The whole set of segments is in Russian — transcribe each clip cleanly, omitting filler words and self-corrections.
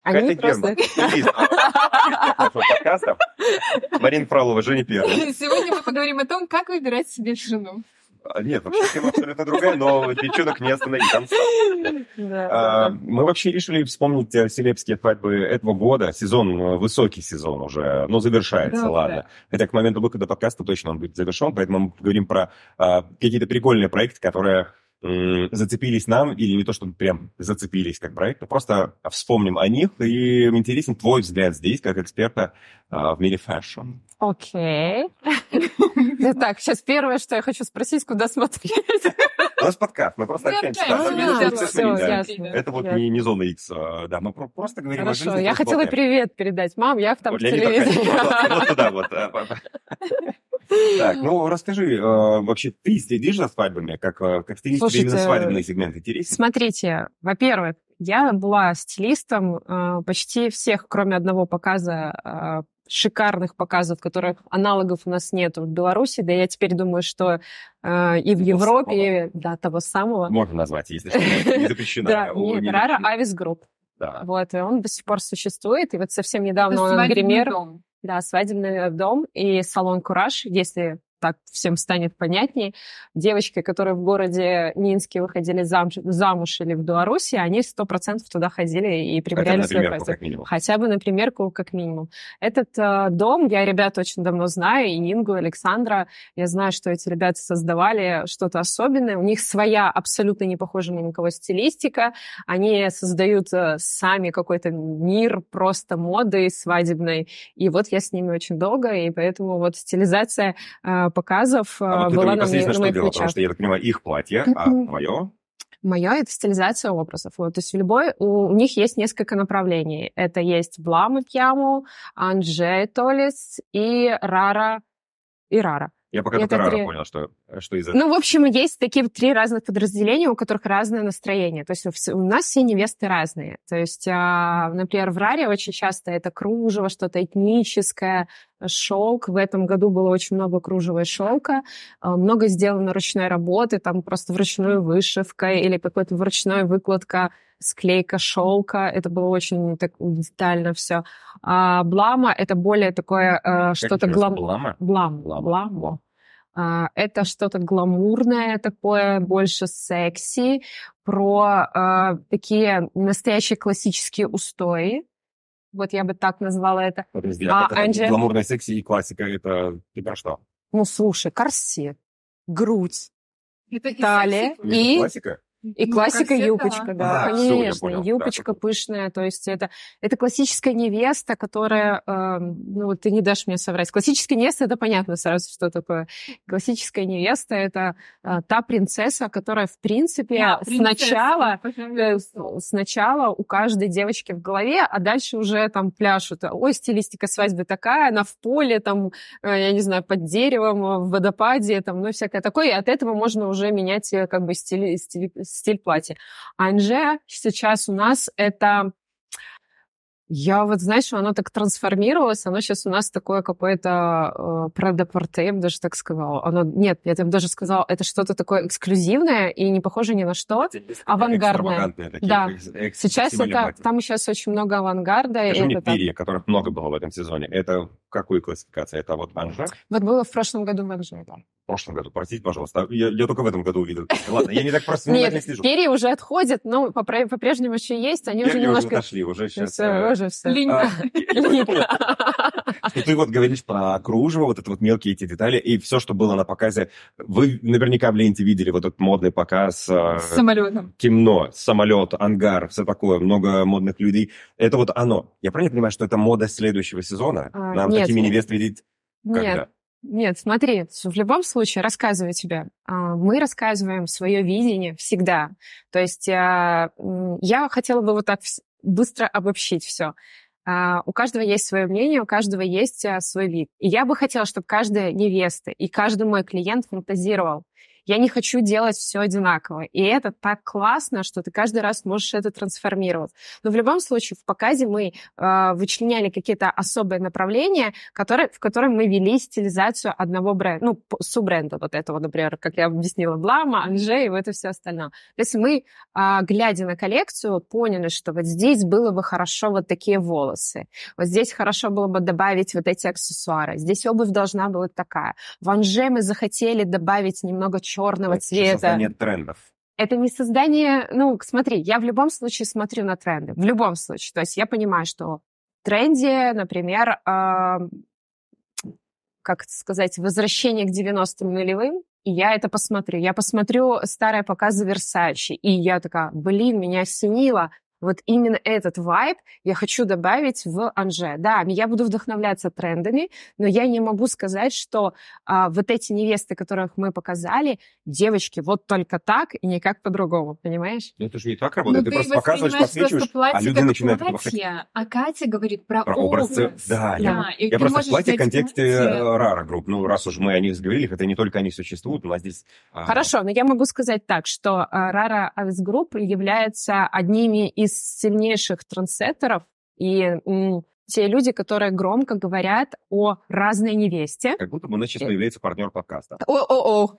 Они Катя просто... Герман, подкастов. Марина Фролова, Женя Первая. Сегодня мы поговорим о том, как выбирать себе жену. Нет, вообще тема абсолютно другая, но девчонок не остановить. Мы вообще решили вспомнить селебские свадьбы этого года. Сезон, высокий сезон уже, но завершается, Да, ладно. да. Хотя к моменту выхода подкаста точно он будет завершен, поэтому мы говорим про какие-то прикольные проекты, которые зацепились нам, или не то, что прям зацепились как проект, но просто вспомним о них, и интересен твой взгляд здесь, как эксперта в мире фэшн. Окей. Так, сейчас первое, что я хочу спросить, куда смотреть. У нас подкаст, мы просто Мы общаемся. общаемся, Да, всё, да. ясно. Это вот Ясно. не зона X, да, мы просто говорим о жизни. Хорошо, я хотела болтаем. привет передать. Мам, я там в Вот Леонид телевизоре. Аркадьевич, вот туда вот. Так, ну расскажи, вообще ты следишь за свадьбами, как стилист, Слушайте, именно свадебный сегмент интересен? Смотрите, во-первых, я была стилистом почти всех, кроме одного показа, шикарных показов, которых аналогов у нас нет в Беларуси, да я теперь думаю, что и в Европе, да, того самого. Можно назвать, если что, не запрещено. Да, нет, Рара Авис Групп. Да. Вот, и он до сих пор существует, и вот совсем недавно Это он свадебный гример. дом. Да, свадебный дом и салон «Кураж», если так всем станет понятней. Девочки, которые в городе Минске выходили замуж или в Беларуси, они 100% туда ходили и примеряли свои примерку, платья. как минимум. Хотя бы на примерку, как минимум. Этот дом я ребят очень давно знаю, и Ингу, и Александра. Я знаю, что эти ребята создавали что-то особенное. У них своя, абсолютно не похожая ни на кого стилистика. Они создают сами какой-то мир просто моды свадебной. И вот я с ними очень долго, и поэтому вот стилизация показов А вот была это на непосредственно что моих делала? плечах. Потому что, я так понимаю, их платье, а твое? Мое — это стилизация образов. Вот, то есть у них есть несколько направлений. Это есть Блам и Пьяму, Анже Толис и Рара. Я пока Это только рано три. понял, что из этого. Ну, в общем, есть такие 3 разных подразделения, у которых разное настроение. То есть у нас все невесты разные. То есть, например, в Раре очень часто это кружево, что-то этническое, шелк. В этом году было очень много кружева и шелка. Много сделано ручной работы, там просто вручную вышивка или какой-то вручную выкладка, склейка шелка. Это было очень так детально все. А Блама — это более такое что-то Блама? Блам. Это что-то гламурное такое, больше секси, про такие настоящие классические устои. Вот я бы так назвала это. Подожди, Анже... гламурная секси и классика, это ты про что? Ну, слушай, корсет, грудь, Это талия классика. и... Классика? И Ну, классика корсет, юбочка, да, А, всё, я конечно, понял, юбочка да. пышная, то есть это классическая невеста, которая, ну вот ты не дашь мне соврать, классическая невеста, это понятно сразу, что такое. Классическая невеста — это та принцесса, которая, в принципе, Да, принцесса. сначала у каждой девочки в голове, а дальше уже там пляшут. Ой, стилистика свадьбы такая, она в поле, там, я не знаю, под деревом, в водопаде, там, ну, всякое такое, и от этого можно уже менять как бы стиль платья. Анже сейчас у нас это... Я вот, знаешь, оно так трансформировалось, оно сейчас у нас такое какое-то предапорте, я бы даже так сказала. Нет, я бы даже сказала, это что-то такое эксклюзивное и не похоже ни на что. Авангардное. Да. Сейчас это... Там сейчас очень много авангарда. Скажи мне, перья, которых много было в этом сезоне, это какой классификации? Это вот Анже? Вот было в прошлом году в Анже, да. В прошлом году, простите, пожалуйста. Я только в этом году увидел. Ладно, я не так просто Нет, не слежу. перья уже отходят, но по-прежнему еще есть. Они уже немножко... Отошли, уже сейчас... Уже все. Линька. Ты вот говоришь про кружево, вот это вот мелкие эти детали, и все, что было на показе. Вы наверняка в ленте видели вот этот модный показ. С самолетом. Темно, самолет, ангар, все такое, много модных людей. Это вот оно. Я правильно понимаю, что это мода следующего сезона? Нам нет, такими невест видеть когда? Нет. Нет, смотри, в любом случае, рассказываю тебе. Мы рассказываем свое видение всегда. То есть я хотела бы вот так быстро обобщить все. У каждого есть свое мнение, у каждого есть свой вид. И я бы хотела, чтобы каждая невеста и каждый мой клиент фантазировал. Я не хочу делать все одинаково. И это так классно, что ты каждый раз можешь это трансформировать. Но в любом случае в показе мы вычленяли какие-то особые направления, в которых мы вели стилизацию одного бренда, ну, суббренда вот этого, например, как я объяснила, Блама, Анже и вот это все остальное. То есть мы, глядя на коллекцию, поняли, что вот здесь было бы хорошо вот такие волосы, вот здесь хорошо было бы добавить вот эти аксессуары, здесь обувь должна быть такая. В Анже мы захотели добавить немного черного цвета. Создание трендов. Это не создание... Ну, смотри, я в любом случае смотрю на тренды. В любом случае. То есть я понимаю, что в тренде, например, как сказать, возвращение к 90-м нулевым, и я это посмотрю. Я посмотрю старые показы Versace, и я такая, блин, меня осенило. Вот именно этот вайб я хочу добавить в Анже. Да, я буду вдохновляться трендами, но я не могу сказать, что вот эти невесты, которых мы показали, девочки, вот только так и никак по-другому, понимаешь? Это же не так работает. Ну, Ты просто показываешь, подсвечиваешь, а люди начинают это хотеть. А Катя говорит про образ. Да, я просто в платье в контексте Rara Group. Ну, раз уж мы о них заговорили, хотя не только они существуют, у нас здесь... Хорошо, но я могу сказать так, что Rara Group является одними из сильнейших трендсеттеров и те люди, которые громко говорят о разной невесте. Как будто бы у нас сейчас появляется партнер подкаста. О-о-о!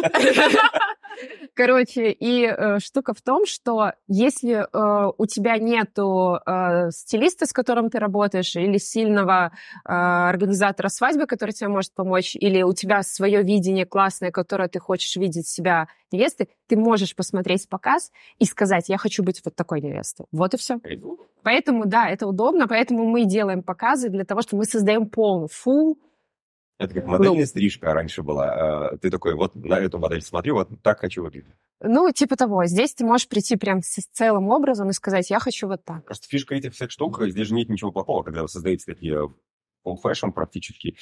Короче, и штука в том, что если у тебя нету стилиста, с которым ты работаешь, или сильного организатора свадьбы, который тебе может помочь, или у тебя свое видение классное, которое ты хочешь видеть себя невестой, ты можешь посмотреть показ и сказать, я хочу быть вот такой невестой. Вот и все. Поэтому, да, это удобно, поэтому мы делаем показы для того, что мы создаем полный фулл. Это как модельная стрижка раньше была. Ты такой, вот на эту модель смотрю, вот так хочу выглядеть. Ну, типа того. Здесь ты можешь прийти прям с целым образом и сказать, я хочу вот так. Просто фишка этих всех штук, здесь же нет ничего плохого, когда вы создаете такие full fashion практически.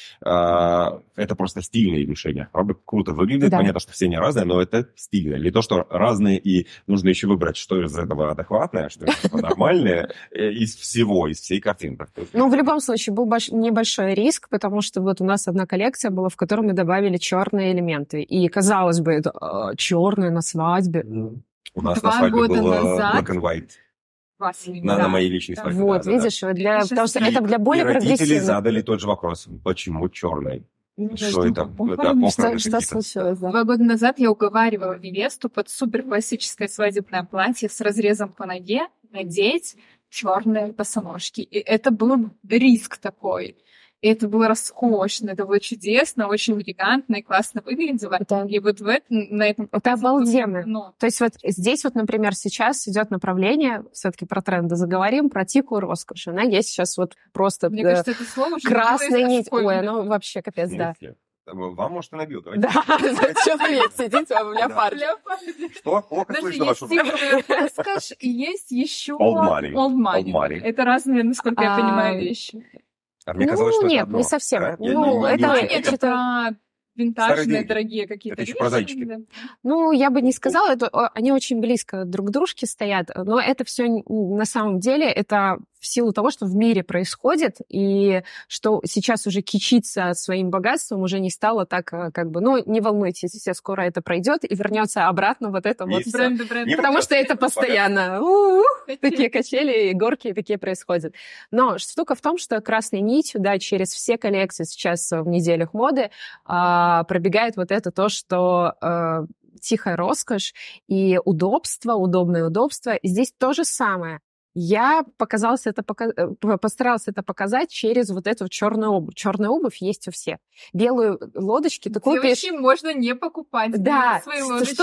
Это просто стильные решения. Правда, круто выглядит, да. Понятно, что все они разные, но это стильно. Или то, что разные, и нужно еще выбрать, что из этого адекватное, что из этого нормальное, из всего, из всей картинки. Ну, в любом случае, был небольшой риск, потому что вот у нас одна коллекция была, в которой мы добавили черные элементы. И, казалось бы, это черное на свадьбе. У нас на свадьбе было black and white. На моей личной свадьбе. Вот, видишь, потому что это для более прогрессивных. Родители задали тот же вопрос. Почему черный? Что это? Что случилось? 2 года назад я уговаривала невесту под супер классическое свадебное платье с разрезом по ноге надеть черные босоножки. И это был риск такой. И это было роскошно, это было чудесно, очень элегантно и классно выглядело. Да. И вот на этом... Это обалденно. То есть вот здесь вот, например, сейчас идет направление, все-таки про тренды заговорим, про тихую роскошь. Она есть сейчас вот просто... Мне кажется, это слово уже красная нить. Ой, оно вообще капец, да. Вам, может, и набил. Да, зачем вы сидите, у меня пар. Что? Плохо слышно вашу... Роскошь, и есть еще... Old money. Это разные, насколько я понимаю, вещи. А мне казалось, что нет, это одно. Не совсем. Да? Это про винтажные, дорогие какие-то вещи. Про зайчики. Да. Ну, я бы не сказала, они очень близко друг к дружке стоят, но это все на самом деле, это в силу того, что в мире происходит, и что сейчас уже кичиться своим богатством уже не стало так, как бы, ну, не волнуйтесь, все скоро это пройдет и вернется обратно вот это вот все. Потому что это постоянно такие качели и горки такие происходят. Но штука в том, что красной нитью, да, через все коллекции сейчас в неделях моды пробегает вот это то, что тихая роскошь и удобство, удобное удобство. И здесь то же самое. Я постаралась это показать через вот эту черную обувь. Черная обувь есть у всех. Белые лодочки ты купишь... Девочки можно не покупать. Да, свои лодочки.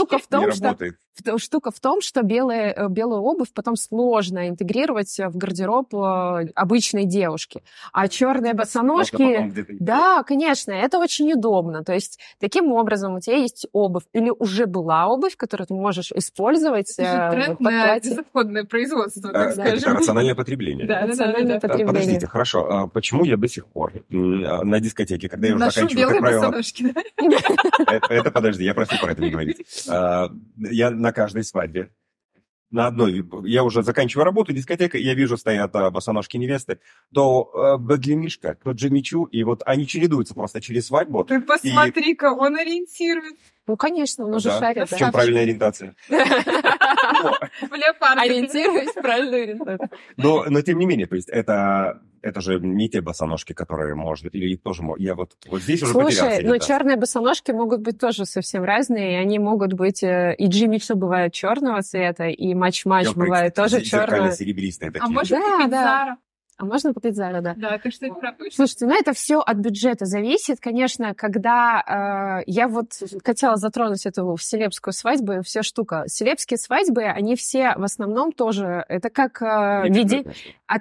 Штука в том, что белую обувь потом сложно интегрировать в гардероб обычной девушки. А черные босоножки... Да, конечно, это очень удобно. То есть таким образом у тебя есть обувь. Или уже была обувь, которую ты можешь использовать. Это же тренд на безотходное производство, так скажем. Это рациональное потребление. Да, рациональное потребление. Подождите, хорошо. Почему я до сих пор на дискотеке, когда я уже ношу заканчиваю, как правило... босоножки, да? Это подожди, я прошу про это не говорить. Я на каждой свадьбе на одной, я уже заканчиваю работу, дискотека, и я вижу, стоят босоножки невесты, то Бадлимишка, то Джимичу, и вот они чередуются просто через свадьбу. Ты посмотри-ка, он ориентирует. Ну, конечно, он уже шарит. В чем правильная ориентация? В леопарде. Ориентируюсь в правильную ориентацию. Но тем не менее, то есть это же не те босоножки, которые, может быть, или их тоже... Я вот здесь уже потерялся. Слушай, но черные босоножки могут быть тоже совсем разные, и они могут быть... И Джимми все бывает черного цвета, и матч-матч бывает тоже черного. Серебристые такие. А может купить Зара? А можно купить Зара, да. Да, ты что-то пропустишь? Слушайте, ну это все от бюджета зависит. Конечно, когда я вот хотела затронуть эту селебскую свадьбу, и вся штука. Селебские свадьбы, они все в основном тоже... Это как ведение...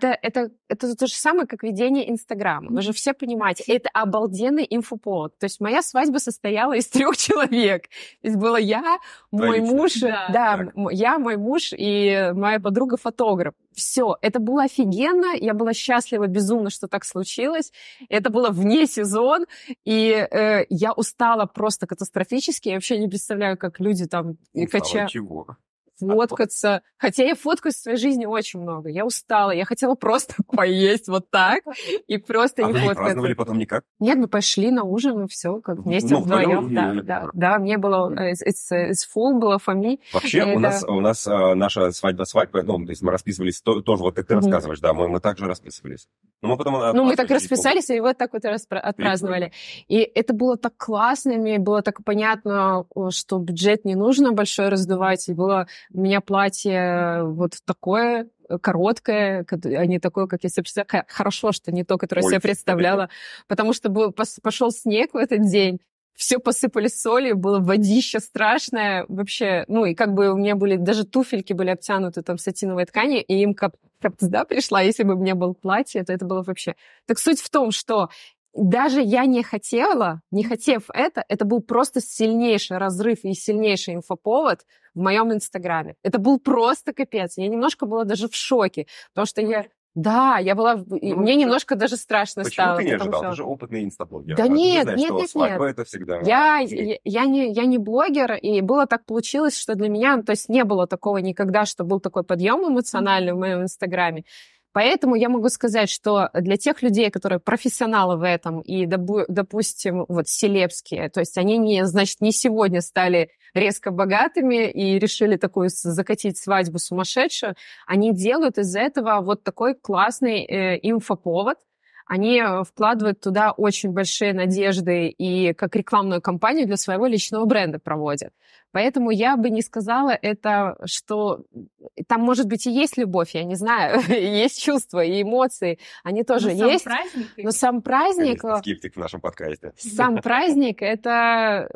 Это то же самое, как ведение Инстаграма. Вы же все понимаете, это обалденный инфоповод. То есть моя свадьба состояла из 3 человек. То есть было я, мой муж, я, мой муж и моя подруга-фотограф. Все, это было офигенно, я была счастлива безумно, что так случилось. Это было вне сезон, и я устала просто катастрофически. Я вообще не представляю, как люди там качают. Фоткаться. Хотя я фоткаюсь в своей жизни очень много. Я устала. Я хотела просто поесть вот так и просто не фоткаться. А вы не праздновали потом никак? Нет, мы пошли на ужин, и все, как вместе вдвоем. Да, мне было... It's full, было family. Вообще, у нас наша свадьба, ну, то есть мы расписывались тоже, вот как ты рассказываешь, да, мы также расписывались. Мы так расписались, и вот так вот отпраздновали. И это было так классно, мне было так понятно, что бюджет не нужно большой раздувать, и было у меня платье вот такое, короткое, а не такое, как я себе представляла. Хорошо, что не то, которое я себе представляла, потому что пошел снег в этот день, все посыпали солью, было водище страшное вообще. Ну, и как бы у меня были, даже туфельки были обтянуты там сатиновой тканью, и им капцда пришла. Если бы у меня было платье, то это было вообще... Так суть в том, что даже я не хотев это был просто сильнейший разрыв и сильнейший инфоповод в моем Инстаграме. Это был просто капец. Я немножко была даже в шоке, потому что я была... мне немножко даже страшно стало. Почему ты не ожидал? Ты же опытный инстаблогер. Да нет. Это всегда... Я не блогер, и было так получилось, что для меня... То есть не было такого никогда, что был такой подъем эмоциональный в моем Инстаграме. Поэтому я могу сказать, что для тех людей, которые профессионалы в этом, и, допустим, вот селебские, то есть они не сегодня стали резко богатыми и решили такую закатить свадьбу сумасшедшую, они делают из этого вот такой классный инфоповод. Они вкладывают туда очень большие надежды и как рекламную кампанию для своего личного бренда проводят. Поэтому я бы не сказала что там, может быть, и есть любовь, я не знаю, есть чувства и эмоции, они тоже есть. Но сам праздник... Конечно, скептик в нашем подкасте. Сам праздник, это,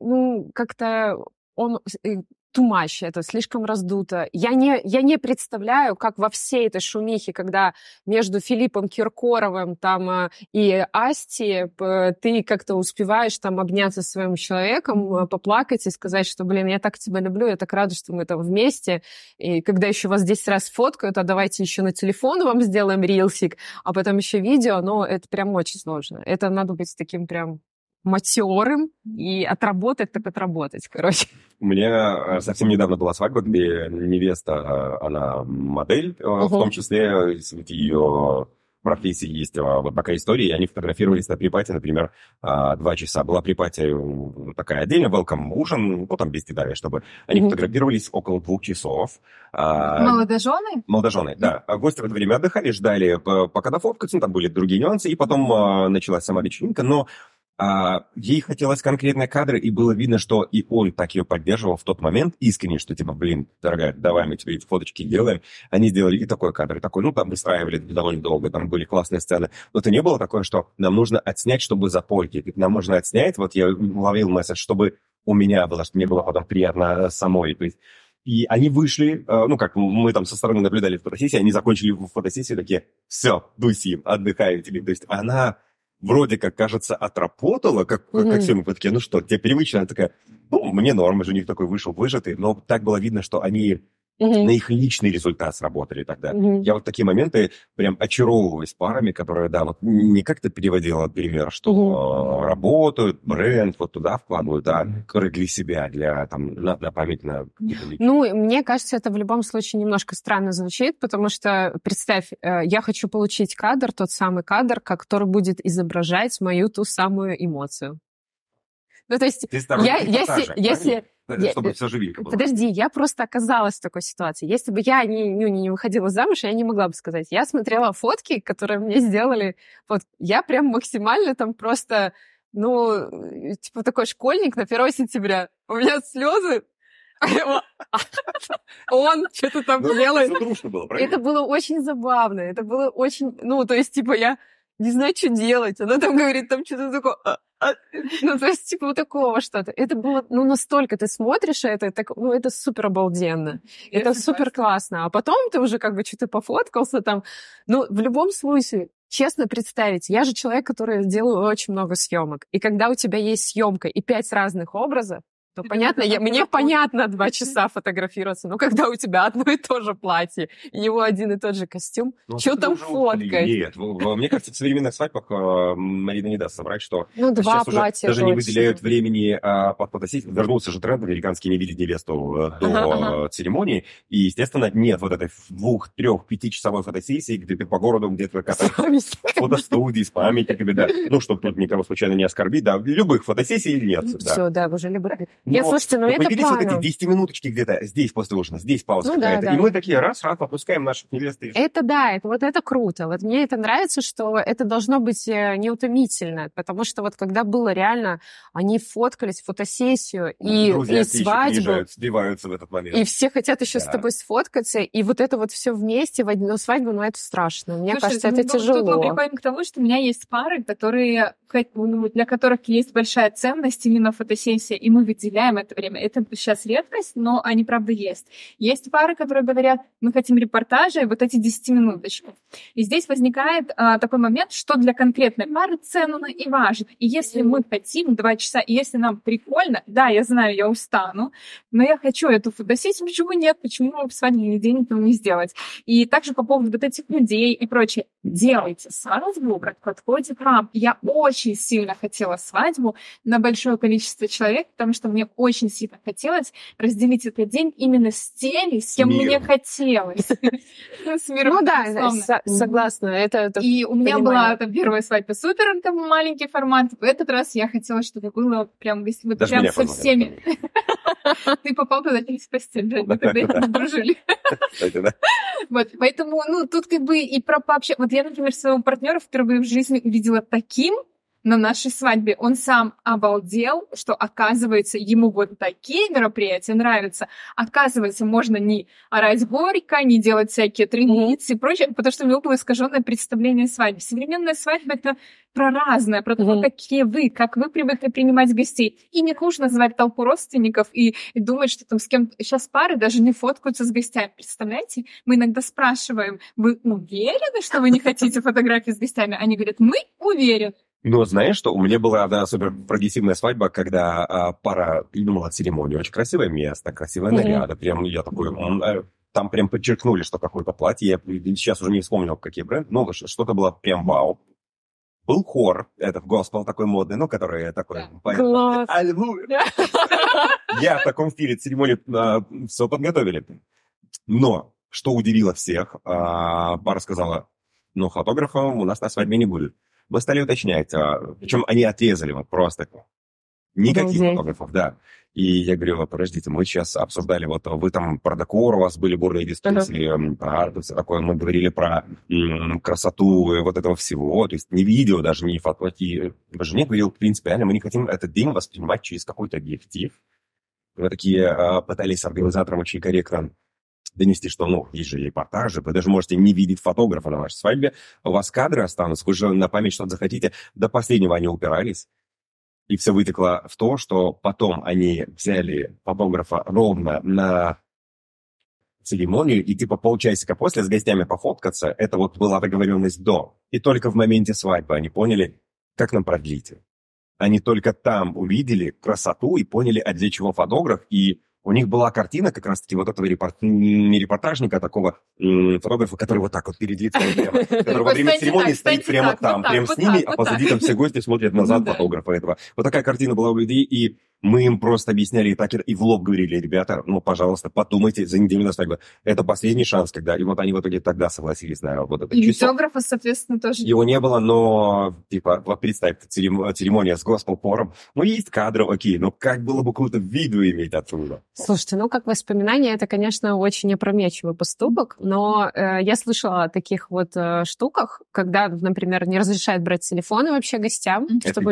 как-то он... too much, это слишком раздуто. Я не представляю, как во всей этой шумихе, когда между Филиппом Киркоровым там и Асти ты как-то успеваешь там обняться со своим человеком, поплакать и сказать, что, я так тебя люблю, я так рада, что мы там вместе. И когда еще вас 10 раз фоткают, а давайте еще на телефон вам сделаем рилсик, а потом еще видео, это прям очень сложно. Это надо быть таким прям матерым и отработать, короче. У меня совсем недавно была свадьба, где невеста, она модель, в том числе среди ее профессии есть вот такая история, и они фотографировались на припате, например, 2 часа. Была припате такая отдельная, welcome ужин, там без деталей, чтобы они фотографировались около 2 часов. Молодожены? Молодожены, да. Гости в это время отдыхали, ждали, пока дофоткаются, там были другие нюансы, и потом началась сама вечеринка, но ей хотелось конкретные кадры, и было видно, что и он так ее поддерживал в тот момент искренне, что дорогая, давай мы тебе эти фоточки делаем. Они сделали и такой кадр, и такой, там выстраивали довольно долго, там были классные сцены. Но это не было такое, что нам нужно отснять, чтобы запольтить. Нам нужно отснять, вот я ловил месседж, чтобы у меня было, чтобы мне было потом приятно самой. То есть, и они вышли, мы там со стороны наблюдали фотосессии, они закончили фотосессию, такие, все, дусим, отдыхаете. То есть она вроде как, кажется, отработала, как все мы такие, тебе привычно, она такая, мне норм, жених такой вышел, выжатый, но так было видно, что они на их личный результат сработали тогда. Я вот такие моменты прям очаровываюсь парами, которые, да, вот не как ты переводила пример, что работают, бренд вот туда вкладывают, да, которые для себя, для там, на память, на... Ну, мне кажется, это в любом случае немножко странно звучит, потому что, представь, я хочу получить кадр, тот самый кадр, который будет изображать мою ту самую эмоцию. Ну, то есть, чтобы все живенько было. Подожди, я просто оказалась в такой ситуации. Если бы я не выходила замуж, я не могла бы сказать. Я смотрела фотки, которые мне сделали. Вот я прям максимально там просто, типа такой школьник на 1 сентября. У меня слезы. Он что-то там делает. Все дружно было, правильно? Это было очень забавно. Это было очень... то есть, типа, я не знаю, что делать. Она там говорит, там что-то такое... то есть, типа, вот такого что-то. Это было, настолько ты смотришь это супер обалденно. Это супер классно. А потом ты уже как бы что-то пофоткался там. В любом случае, честно представить, я же человек, который делаю очень много съемок. И когда у тебя есть съемка и 5 разных образов, то понятно, мне понятно 2 часа фотографироваться, но когда у тебя одно и то же платье, и у него один и тот же костюм, что там фоткать? Нет, мне кажется, в современных свадьбах Марина не даст соврать, что 2 сейчас платья уже даже не выделяют времени под фотосессию. Вернулся же тренд американский, не видеть невесту до церемонии, и, естественно, нет вот этой 2, 3, 5-часовой фотосессии, где ты по городу где-то катаешься фотостудии с памятниками, да. Чтобы тут никого случайно не оскорбить, да, любых фотосессий нет. Все, да, уже любых. Нет, слушайте, это появились плавно. вот эти 10-минуточки где-то, здесь после ужина, здесь пауза какая-то. Да. И мы такие раз попускаем наших невест. Это круто. Вот мне это нравится, что это должно быть неутомительно, потому что вот когда было реально, они фоткались, фотосессию и свадьбу. Сбиваются в этот момент. И все хотят еще с тобой сфоткаться, и вот это вот все вместе в одну свадьбу, это страшно. Мне кажется, это тяжело. Тут мы приходим к тому, что у меня есть пары, которые, для которых есть большая ценность именно фотосессия, и мы выделяем это время. Это сейчас редкость, но они, правда, есть. Есть пары, которые говорят, мы хотим репортажа и вот эти 10-минуточки. И здесь возникает такой момент, что для конкретной пары ценно и важно. И если мы хотим 2 часа, и если нам прикольно, да, я знаю, я устану, но я хочу эту фотосессию, почему нет? Почему в свадебный день этого не сделать? И также по поводу вот этих людей и прочее. Делайте свадьбу, как подходит вам. Я очень сильно хотела свадьбу на большое количество человек, потому что мне очень сильно хотелось разделить этот день именно с теми, с кем мне хотелось. С миром, согласна. И у меня была первая свадьба супер, там маленький формат. В этот раз я хотела, чтобы было прям со всеми. Ты попал туда через постель, Жень, мы тогда не дружили. Вот, поэтому, тут как бы и про пообщаться. Вот я, например, своего партнера впервые в жизни увидела таким на нашей свадьбе. Он сам обалдел, что, оказывается, ему вот такие мероприятия нравятся. Оказывается, можно не орать горько, не делать всякие традиции и прочее, потому что у него было искаженное представление о свадьбе. Современная свадьба — это про разное, про то, как вы привыкли принимать гостей. И не нужно звать толпу родственников и думать, что там с кем... Сейчас пары даже не фоткаются с гостями. Представляете? Мы иногда спрашиваем, вы уверены, что вы не хотите фотографии с гостями? Они говорят, мы уверены. Знаешь, что у меня была супер прогрессивная свадьба, когда пара придумала церемонию. Очень красивое место, красивые наряды. Прям я такой... Там прям подчеркнули, что какое-то платье. Я сейчас уже не вспомнил, какие бренды. Что-то было прям вау. Был хор, этот госпел такой модный, который такой... Класс! Я в таком стиле церемонию все подготовили. Но, что удивило всех, пара сказала, фотографа у нас на свадьбе не будет. Мы стали уточнять, причем они отрезали просто никаких фотографов, да. И я говорю, подождите, мы сейчас обсуждали, вы там про декор, у вас были бурные дискуссии, про арт, все такое, мы говорили про красоту и вот этого всего, то есть не видео, даже не фотографии. Жене говорил, принципиально, мы не хотим этот день воспринимать через какой-то объектив. Мы такие пытались организаторам очень корректно донести, что, есть же репортажи, вы даже можете не видеть фотографа на вашей свадьбе, у вас кадры останутся, вы же на память что-то захотите. До последнего они упирались, и все вытекло в то, что потом они взяли фотографа ровно на церемонию, и полчасика после с гостями пофоткаться, это была договоренность до. И только в моменте свадьбы они поняли, как нам продлить. Они только там увидели красоту и поняли, для чего фотограф, и у них была картина как раз-таки вот этого не репортажника, а такого фотографа, который вот так вот перед лицом прямо, который во время церемонии стоит прямо там, прямо с ними, а позади там все гости смотрят назад фотографа этого. Вот такая картина была у людей, и мы им просто объясняли и в лоб говорили: ребята, ну, пожалуйста, подумайте за неделю на свадьбу. Это последний шанс, когда... И вот они в итоге тогда согласились на вот это число. И видеографа, соответственно, тоже. Его не было, но, типа, вот представь, церемония с госпел-хором. Ну, есть кадры, окей, но как было бы круто видео иметь оттуда? Слушайте, ну, как воспоминание, это, конечно, очень опрометчивый поступок, но я слышала о таких вот штуках, когда, например, не разрешают брать телефоны вообще гостям, чтобы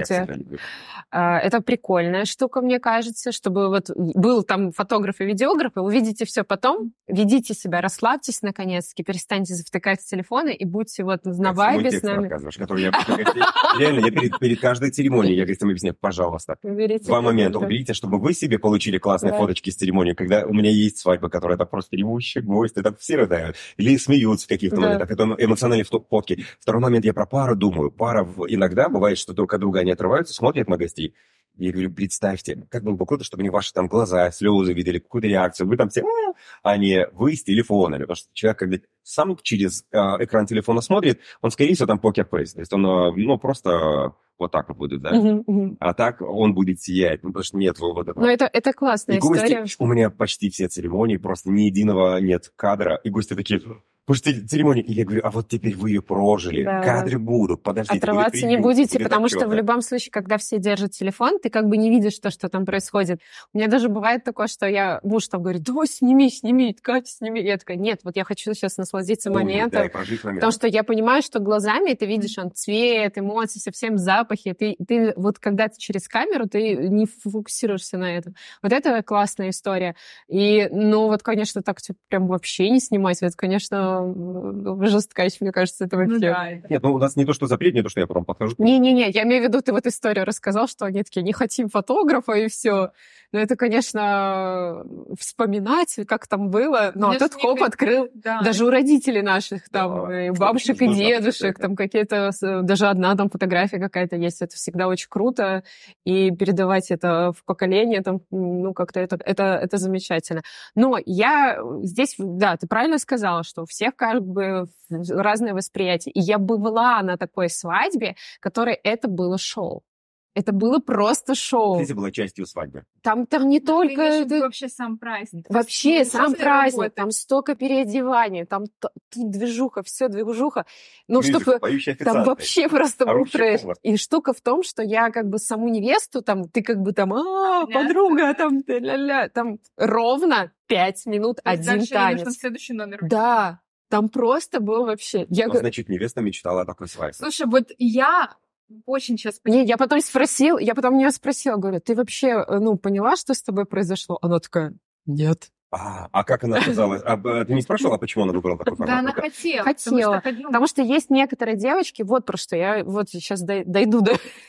это прикольная штука, мне кажется, чтобы вот был там фотограф и видеограф, и увидите все потом, ведите себя, расслабьтесь наконец-таки, перестаньте завтыкать в телефоны и будьте вот на вайбе с нами. Который я реально, я перед каждой церемонией, я гостям объясняю: пожалуйста, два момента уберите, чтобы вы себе получили классные фоточки с церемонии, когда у меня есть свадьба, которая это просто ревущий гость, это все рыдают, или смеются в каких-то моментах, это эмоциональные фотки. Второй момент, я про пару думаю. Пара иногда бывает, что друг от друга они отрываются, смотрят на гостей. Я говорю: представьте, как было бы круто, чтобы они ваши там глаза, слезы видели, какую-то реакцию. Вы там все, а не вы с телефонами. Потому что человек, когда сам через экран телефона смотрит, он, скорее всего, там покер-фейс. То есть он, ну, просто вот так вот будет, да? А так он будет сиять, потому что нет вот этого. Ну, это классная история. У меня почти все церемонии, просто ни единого нет кадра. И гости такие: после церемонии. И я говорю: а вот теперь вы ее прожили, кадры будут, подождите. Отрываться не будете, потому что в любом случае, когда все держат телефон, ты как бы не видишь то, что там происходит. У меня даже бывает такое, что муж там говорит: давай сними, Катя, сними. Я такая: нет, вот я хочу сейчас насладиться моментом. Да, прожить момент. Потому что я понимаю, что глазами ты видишь цвет, эмоции, совсем запахи. Ты вот когда ты через камеру, ты не фокусируешься на этом. Вот это классная история. И, ну, вот, конечно, так прям вообще не снимать. Это, конечно, жесткач, мне кажется, это вообще. Ну, да. Нет, ну у нас не то, что запрет, не то, что я потом подхожу. Не-не-не, я имею в виду, ты вот историю рассказал, что они такие: не хотим фотографа, и все. Но это, конечно, вспоминать, как там было. Но тут хоп, открыл. Да. Даже у родителей наших, там, и бабушек, и дедушек, там какие-то, даже одна там фотография какая-то есть. Это всегда очень круто. И передавать это в поколение, там, ну, как-то это замечательно. Но я здесь, да, ты правильно сказала, что у всех как бы разное восприятие. И я была на такой свадьбе, которой это было шоу. Это было просто шоу. Это была частью свадьбы. Там не только... Это вообще сам праздник. Вообще сам праздник. Работы. Там столько переодеваний, там движуха, все движуха. Ну, чтобы... Там вообще просто был трэш. И штука в том, что я как бы саму невесту, там, ты как бы там, подруга, там, ля-ля, там ровно 5 минут один танец. Нужно следующий номер. Да, там просто был вообще... Значит, невеста мечтала о такой свадьбе. Слушай, вот я... Очень сейчас... Я потом меня спросила, говорю: ты вообще, поняла, что с тобой произошло? Она такая: нет. А как она сказала? Ты не спрашивала, почему она выбрала такой формат? Да, она хотела. Потому что есть некоторые девочки, вот про что я вот сейчас дойду,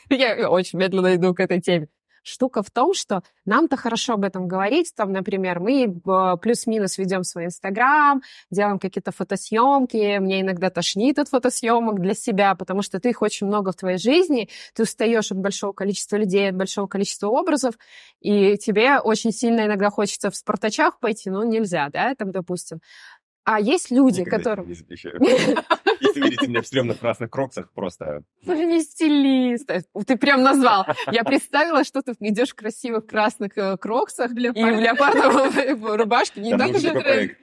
я очень медленно иду к этой теме. Штука в том, что нам-то хорошо об этом говорить. Там, например, мы плюс-минус ведем свой Инстаграм, делаем какие-то фотосъемки. Мне иногда тошнит от фотосъемок для себя, потому что их очень много в твоей жизни. Ты устаешь от большого количества людей, от большого количества образов, и тебе очень сильно иногда хочется в спартачах пойти, но нельзя, да, там, допустим. А есть люди, которым... Если видите меня в стрёмных красных кроксах, просто... Ты не стилист. Ты прям назвал. Я представила, что ты идешь в красивых красных кроксах и в леопардовой рубашке. Не так же...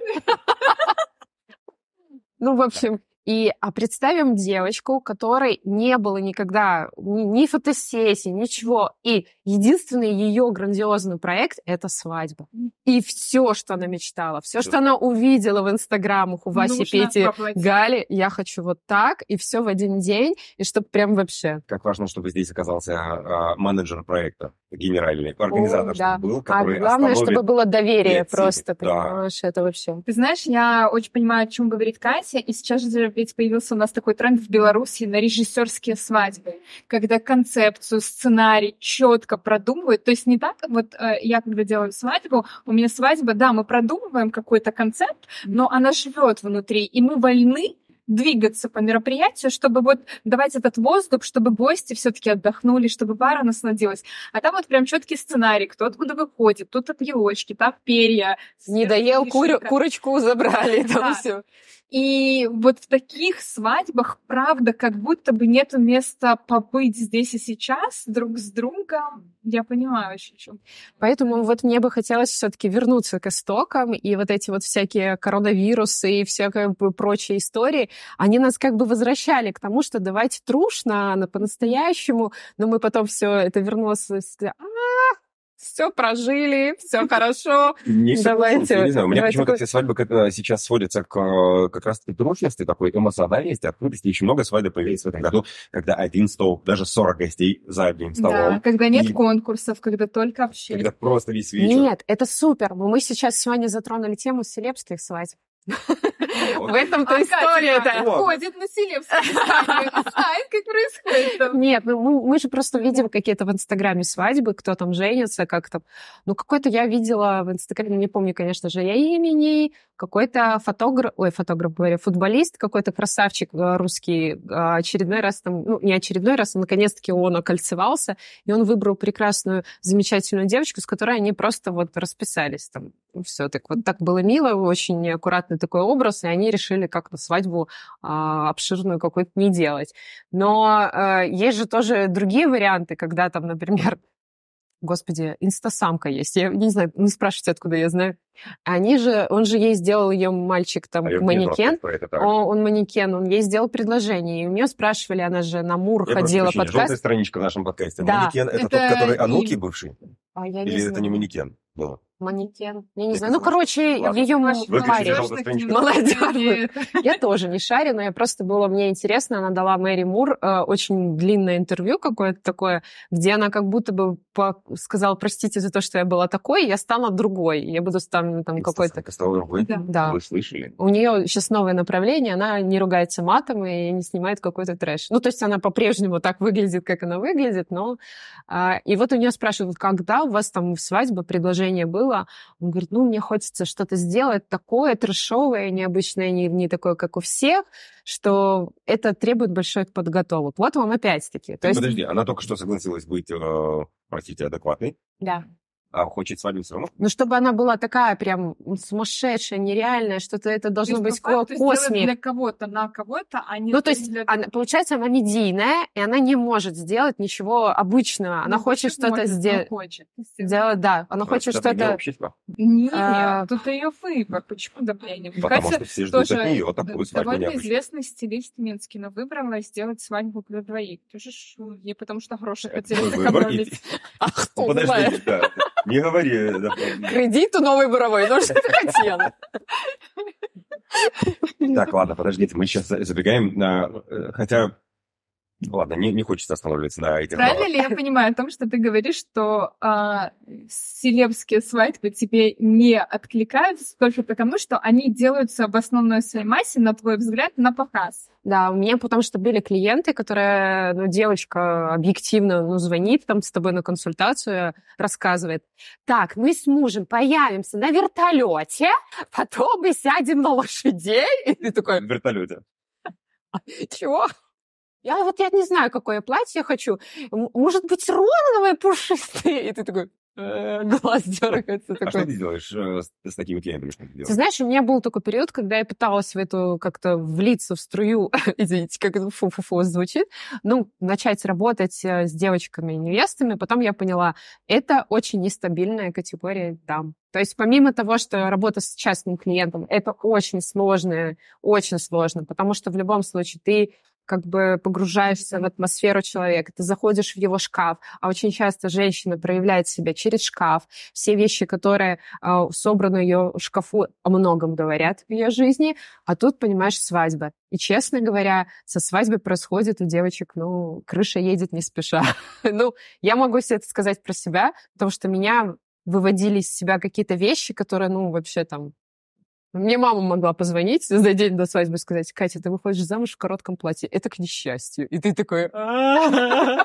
Ну, в общем... А представим девочку, у которой не было никогда ни фотосессии, ничего. И единственный ее грандиозный проект — это свадьба. И все, что она мечтала, все, что она увидела в инстаграмах у Васи, Пети, Гали, я хочу вот так, и все в один день, и чтобы прям вообще... Как важно, чтобы здесь оказался менеджер проекта, генеральный, организатор, чтобы был, который главное, чтобы было доверие просто, понимаешь, это вообще... Ты знаешь, я очень понимаю, о чем говорит Катя, и сейчас же ведь появился у нас такой тренд в Беларуси на режиссерские свадьбы, когда концепцию, сценарий четко продумывают. То есть не так, вот я когда делаю свадьбу, у меня свадьба, да, мы продумываем какой-то концепт, но она живет внутри, и мы вольны двигаться по мероприятию, чтобы вот давать этот воздух, чтобы гости все-таки отдохнули, чтобы пара насладилась. А там вот прям четкий сценарий, кто откуда выходит, тут от елочки, там перья. Не доел курочку, забрали, там все. И вот в таких свадьбах, правда, как будто бы нету места побыть здесь и сейчас друг с другом. Я понимаю очень. Поэтому вот мне бы хотелось все-таки вернуться к истокам, и вот эти вот всякие коронавирусы и всякие прочие истории, они нас как бы возвращали к тому, что давайте трушно, по-настоящему, но мы потом все это вернулось, все прожили, все хорошо. Давайте. Я не знаю, у меня почему-то все свадьбы сейчас сводятся к как раз-таки трушности, такой эмоциональности, открытости. Еще много свадеб появилось в этом году, когда один стол, даже 40 гостей за одним столом. Да, когда нет конкурсов, когда только общение. Когда просто весь вечер. Нет, это супер. Мы сейчас сегодня затронули тему селебских свадеб. В этом-то история-то. Ходит на селебские свадьбы, знает, как происходит. Нет, мы же просто видим какие-то в Инстаграме свадьбы, кто там женится, как там. Ну, какой-то я видела в Инстаграме, не помню, конечно же, я имени, какой-то футболист, какой-то красавчик русский, очередной раз там, ну, не очередной раз, а наконец-таки он окольцевался, и он выбрал прекрасную, замечательную девочку, с которой они просто вот расписались там. Все так вот так было мило, очень аккуратный такой образ, и они решили как-то свадьбу обширную какую-то не делать. Но есть же тоже другие варианты, когда там, например, господи, инстасамка есть. Я не знаю, не спрашивайте, откуда я знаю. Он же ей сделал, ее мальчик там манекен. Он манекен, он ей сделал предложение. И у нее спрашивали, она же на Мур ходила подкаст. Желтая страничка в нашем подкасте. Да. Манекен это тот, который Ануки бывший? Или это не манекен был? Манекен. Я не знаю. Ну, короче, ее молодежь. Я тоже не шарю, но я просто мне интересно. Она дала Мэри Мур очень длинное интервью какое-то такое, где она как будто бы сказала: простите за то, что я была такой, я стану другой. Я буду там какой-то... Да. Вы слышали? У нее сейчас новое направление, она не ругается матом и не снимает какой-то трэш. Ну, то есть она по-прежнему так выглядит, как она выглядит, но... И вот у нее спрашивают, когда у вас там свадьба, предложение было? Он говорит, мне хочется что-то сделать такое трэшовое, необычное, не такое, как у всех, что это требует большой подготовок. Вот вам опять-таки. Подожди, она только что согласилась быть, простите, адекватной? Да. А хочет свадьбу все равно? Ну, чтобы она была такая прям сумасшедшая, нереальная, что-то это должно быть космик. Для кого-то, на кого-то, а не... Ну, то есть, получается, она медийная, и она не может сделать ничего обычного. Она хочет что-то сделать. Да, она хочет что-то... Нет, тут ее выбор. Почему давление? Потому что все ждут от нее такую свадьбу необычную. Довольно известный стилист минский, но выбрала сделать свадьбу для двоих. Не потому что хорошие хотели сэкономить. Ах, кто подожди, не говори. Кредит у новой буровой, ну что ты хотела? Так, ладно, подождите, мы сейчас забегаем на... Хотя... Ладно, не хочется останавливаться на этих... Правильно ли я понимаю о том, что ты говоришь, что селебские свадьбы тебе не откликаются только потому, что они делаются в основной своей массе, на твой взгляд, на показ? Да, у меня потому что были клиенты, которые, девочка объективно, звонит там с тобой на консультацию, рассказывает, так, мы с мужем появимся на вертолете, потом мы сядем на лошадей. И ты такой... В вертолете. Чего? Я не знаю, какое платье я хочу. Может быть, розовое, пушистое? И ты такой... Глаз дергается. А что ты делаешь с такими клиентами? Ты знаешь, у меня был такой период, когда я пыталась в эту как-то влиться в струю, извините, как это фу-фу-фу звучит, начать работать с девочками и невестами. Потом я поняла, это очень нестабильная категория дам. То есть помимо того, что работа с частным клиентом, это очень сложно, потому что в любом случае ты как бы погружаешься в атмосферу человека, ты заходишь в его шкаф, а очень часто женщина проявляет себя через шкаф. Все вещи, которые собраны в ее шкафу, о многом говорят в ее жизни, а тут, понимаешь, свадьба. И, честно говоря, со свадьбой происходит у девочек, крыша едет не спеша. Я могу себе это сказать про себя, потому что меня выводили из себя какие-то вещи, которые, вообще там... Мне мама могла позвонить за день до свадьбы и сказать, Катя, ты выходишь замуж в коротком платье. Это к несчастью. И ты такой...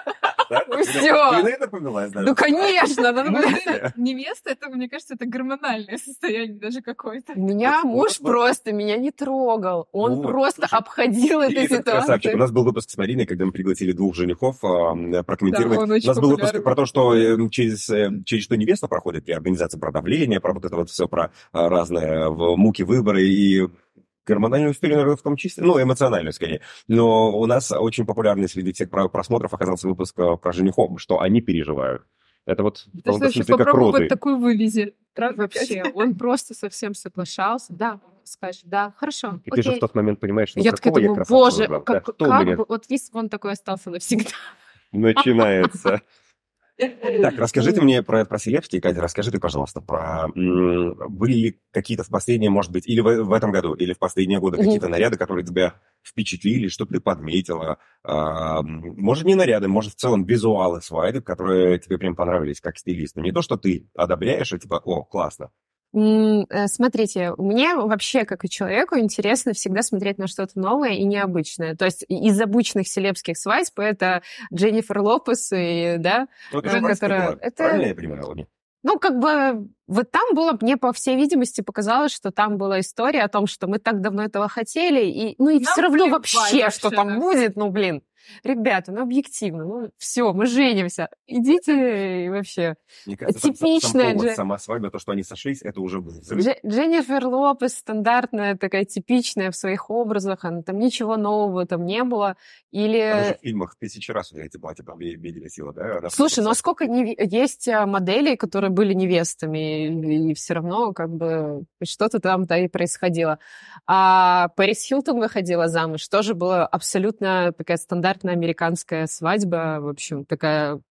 Всё. Ты на это повелась даже? Ну, конечно. Невеста, это, мне кажется, это гормональное состояние даже какое-то. Меня муж просто меня не трогал. Он просто обходил эту Красавчик. У ситуацию. нас был выпуск с Мариной, когда мы пригласили 2 женихов прокомментировать. Да, он очень У нас был выпуск популярный. про то, что через что невеста проходит при организации, про давление, про вот это вот все, про разные муки выбора и гормональную историю, наверное, в том числе, ну, эмоциональную, скорее. Но у нас очень популярный среди всех просмотров оказался выпуск про женихов, что они переживают. Это вот в Ты каком-то слушай, смысле как попробуй роды. вот такую вывези. Вообще, он просто совсем соглашался. Да, скажешь, да, хорошо. И ты же в тот момент понимаешь, ну, Я такая какого я думаю, красавца боже, выбрал? как Кто у меня бы, вот если бы он такой остался навсегда. начинается? Так, расскажите мне про селебки, Катя, расскажи ты, пожалуйста, были ли какие-то в последние, может быть, или в этом году, или в последние годы какие-то наряды, которые тебя впечатлили, что ты подметила? Может, не наряды, может, в целом визуалы свадеб, которые тебе прям понравились как стилисту. Не то, что ты одобряешь, а типа, о, классно. Смотрите, мне вообще, как и человеку, интересно всегда смотреть на что-то новое и необычное. То есть из обычных селебских свадьб это Дженнифер Лопес, и, да, Ну, это же которая... правильно я понимаю, Ладно? Ну, как бы, вот там было, мне, по всей видимости, показалось, что там была история о том, что мы так давно этого хотели, и, ну, и Нам все равно плевать вообще, что вообще, там да. будет, ну, блин. Ребята, ну, объективно, ну, все, мы женимся. Идите и вообще. Мне кажется, Типичная сам повод, Дже- сама свадьба, то, что они сошлись, это уже был взрыв. Дженнифер Лопес стандартная, такая типичная в своих образах, она, там ничего нового там не было. Она Или... же в фильмах 1000 раз эти платья там видели сила, да? Она Слушай, ну а просто- сколько есть моделей, которые были невестами, и все равно как бы что-то там-то и происходило. А Пэрис Хилтон выходила замуж, тоже была абсолютно такая стандартная американская свадьба, в общем, такая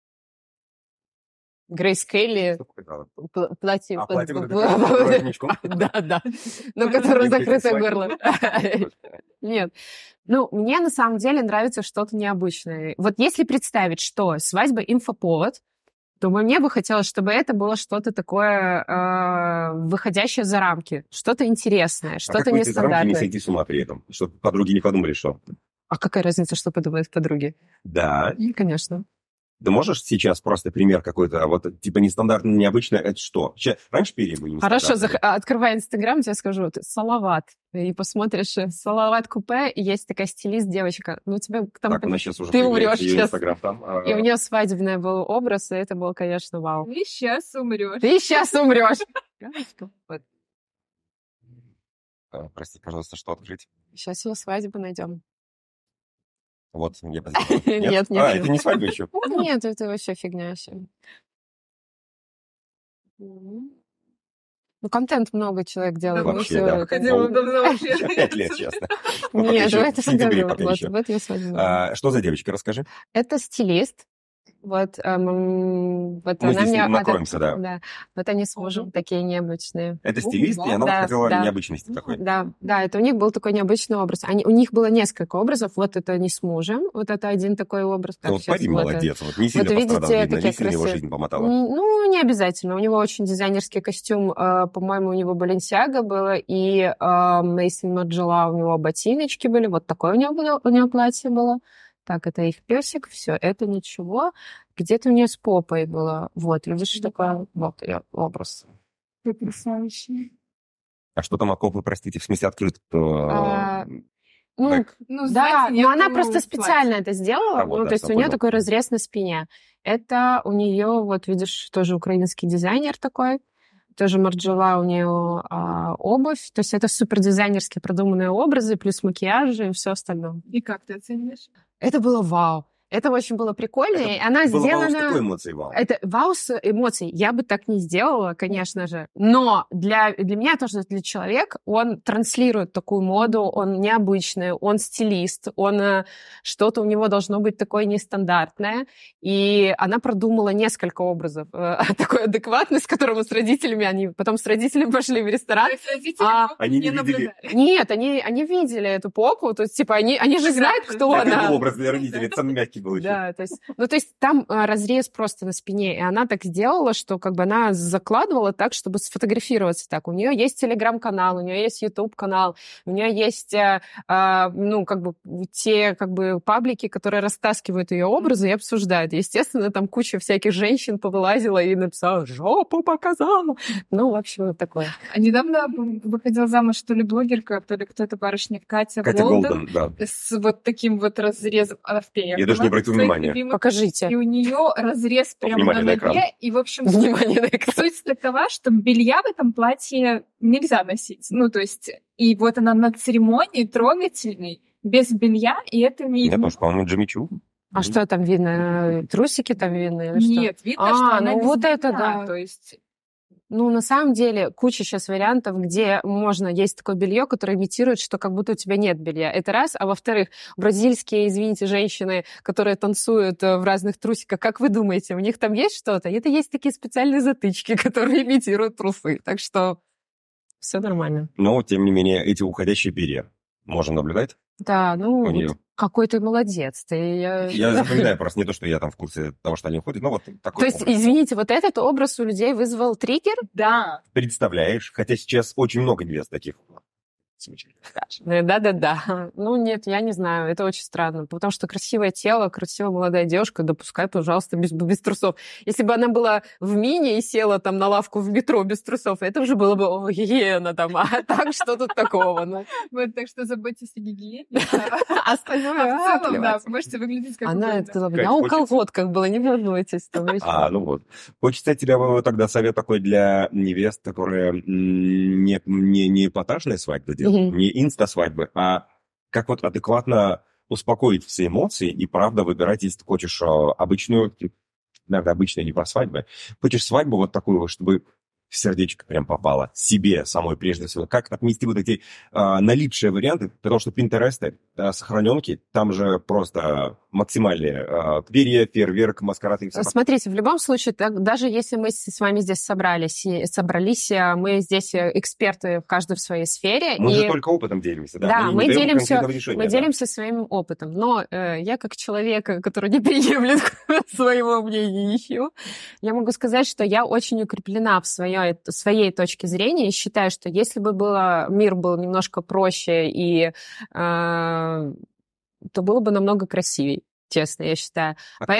Грейс Келли, Что показала? платье... Платье вот это с воротничком. Да, но которое Любите закрытое свадьбы? горло. Нет. Ну, мне на самом деле нравится что-то необычное. Вот если представить, что свадьба инфоповод, то мне бы хотелось, чтобы это было что-то такое выходящее за рамки, что-то интересное, А что-то как выйти за рамки и не нестандартное. сойти с ума при этом? Чтобы подруги не подумали, что... А какая разница, что подумают подруги? Да. Конечно. Да можешь сейчас просто пример какой-то, вот типа нестандартно, необычное, это что? Раньше перья были Хорошо, нестандартные. открывай Инстаграм, тебе скажу, Салават, и посмотришь Салават Купе, и есть такая стилист, девочка. Ну, тебе там... Так, она сейчас уже ты появляется, умрешь её сейчас. Инстаграм там. И у нее свадебный был образ, и это был, конечно, вау. Ты сейчас умрешь. Ты сейчас умрешь. Прости, пожалуйста, что открыть? Сейчас ее свадьбу найдем. Вот, я Нет, нет. это не свадьба еще. Нет, это вообще фигня вообще. Ну, контент много человек делает. Да, ну, вообще, всё да. это- Ходила давно вообще. 5 лет, честно. Нет, Пока это еще, в сентябре всегда пока было. еще. Вот ее свадьба. Что за девочка, расскажи. Это стилист. Вот, вот Мы она здесь мне... накроемся, да. Да, вот они с мужем такие необычные. Это стилист, и она Да, хотела да. необычности такой. Да, это у них был такой необычный образ. У них было несколько образов. Вот это они с мужем, вот это один такой образ. Ну, вот щас парень вот молодец, вот не сильно видите, пострадал, видно, такие не сильно его красивые. жизнь помотала. Ну, не обязательно. У него очень дизайнерский костюм. По-моему, у него Balenciaga было, и Мейсон Марджела, у него ботиночки были. Вот такое у него платье было. Так, это их песик, все, это ничего. Где-то у нее с попой было. Вот, видишь, такой вот ее образ. Потрясающе. А что там окопы, простите, в смысле открыт? Ну, Так. Ну, да, знаете, но она нету просто платья. специально это сделала. Вот, Ну, да, то есть всё у нее понял. такой разрез на спине. Это у нее, вот видишь, тоже украинский дизайнер такой. Тоже Марджела у нее обувь. То есть это супер дизайнерски продуманные образы, плюс макияжи и все остальное. И как ты оцениваешь? Это было вау. Это очень было прикольно. И она Было сделана... с какой эмоцией вау? Это вау с эмоций. Я бы так не сделала, конечно же. Но для меня тоже, для человека, он транслирует такую моду, он необычный, он стилист, он что-то у него должно быть такое нестандартное. И она продумала несколько образов. Такой адекватный, с которым с родителями, они потом с родителями пошли в ресторан. То есть родители Они не наблюдали. Нет, они видели эту попу, то есть, типа, они же знают, кто Так, она. это образ для родителей, это самый мягкий трусики получить. Да, то есть там разрез просто на спине, и она так сделала, что как бы она закладывала так, чтобы сфотографироваться так. У нее есть телеграм-канал, у нее есть YouTube-канал, у нее есть, ну, как бы те как бы паблики, которые растаскивают ее образы и обсуждают. Естественно, там куча всяких женщин повылазила и написала «жопу показала». Ну, в общем, вот такое. А недавно выходила замуж то ли блогерка, то ли кто-то барышня Катя Голден, да. с вот таким вот разрезом. Она в пене. Я даже не обратил внимания. Покажите. И у нее разрез прямо на экран. ноге. И, в общем, Внимание на экран. суть такова, что белья в этом платье нельзя носить. Ну, то есть, и вот она на церемонии трогательной, без белья, и это видно. Нет, может, по-моему, Джимми Чу. А что там видно? Трусики там видно или что? Нет, видно, что она ну без вот белья, это да. То есть... Ну, на самом деле, куча сейчас вариантов, где можно, есть такое белье, которое имитирует, что как будто у тебя нет белья. Это раз. А во-вторых, бразильские, извините, женщины, которые танцуют в разных трусиках, как вы думаете, у них там есть что-то? Это есть такие специальные затычки, которые имитируют трусы. Так что все нормально. Но, тем не менее, эти уходящие перья можно наблюдать. Да, ну, У неё. вот какой ты молодец. Я запоминаю просто не то, что я там в курсе того, что они уходят, но вот такой То есть, образ. извините, вот этот образ у людей вызвал триггер? Да. Представляешь? Хотя сейчас очень много невест таких. Да-да-да. Ну, нет, я не знаю, это очень странно, потому что красивое тело, красивая молодая девушка, да пускай, пожалуйста, без трусов. Если бы она была в мини и села там на лавку в метро без трусов, это уже было бы, о, гигиена там, а так что тут такого? Ну? Вот, так что заботьтесь о гигиене. Остальное, В целом, да, вы можете выглядеть как она угодно. сказала, я у колготках была, не волнуйтесь. Там, Ну вот. Хочется от тебя тогда совет такой для невест, которые не эпатажные свадьбы делают, не инста-свадьбы, а как вот адекватно успокоить все эмоции и, правда, выбирать, если ты хочешь обычную, наверное, обычная не про свадьбы, хочешь свадьбу вот такую, чтобы в сердечко прям попало себе самой прежде всего. Как отнести вот эти налипшие варианты, потому что пинтересты, сохраненки, там же просто максимальные перья, фейерверк, маскарад и все. Смотрите, в любом случае, даже если мы с вами здесь собрались, мы здесь эксперты, каждый в своей сфере. Мы же только опытом делимся. Да, мы делимся своим опытом. Но я как человек, который не приемлет своего мнения еще, я могу сказать, что я очень укреплена в своей точке зрения и считаю, что если бы мир был немножко проще, то было бы намного красивее. Честно, я считаю.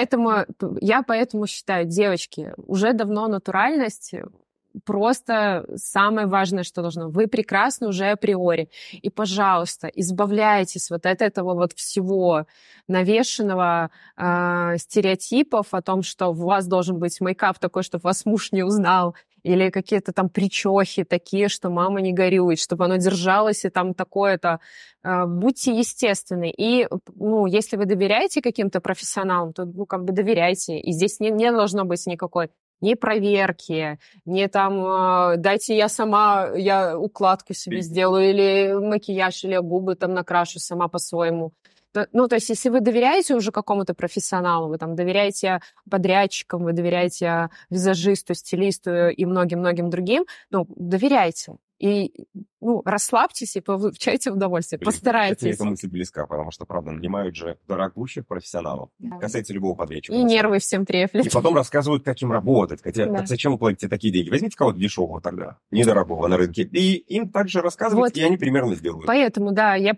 Поэтому считаю, девочки, уже давно натуральность просто самое важное, что должно. Вы прекрасны уже априори. И, пожалуйста, избавляйтесь вот от этого вот всего навешенного стереотипов о том, что у вас должен быть мейкап такой, чтобы вас муж не узнал, или какие-то там причёхи такие, что мама не горюет, чтобы оно держалось, и там такое-то. Будьте естественны. И, если вы доверяете каким-то профессионалам, то, как бы доверяйте. И здесь не должно быть никакой ни проверки, ни там дайте я укладку себе сделаю, или макияж, или губы там накрашу сама по-своему. Ну, то есть, если вы доверяете уже какому-то профессионалу, вы там доверяете подрядчикам, вы доверяете визажисту, стилисту и многим-многим другим, доверяйте. И, расслабьтесь и получайте удовольствие. Постарайтесь. Мне эта мысль близка, потому что, правда, нанимают же дорогущих профессионалов. Да. Касается любого подрядчика. И нервы всем треплют. И потом рассказывают, как им работать. Хотя, зачем вы платите такие деньги? Возьмите кого-то дешевого тогда, недорогого на рынке. И им также рассказывают, и они примерно сделают. Поэтому, да, я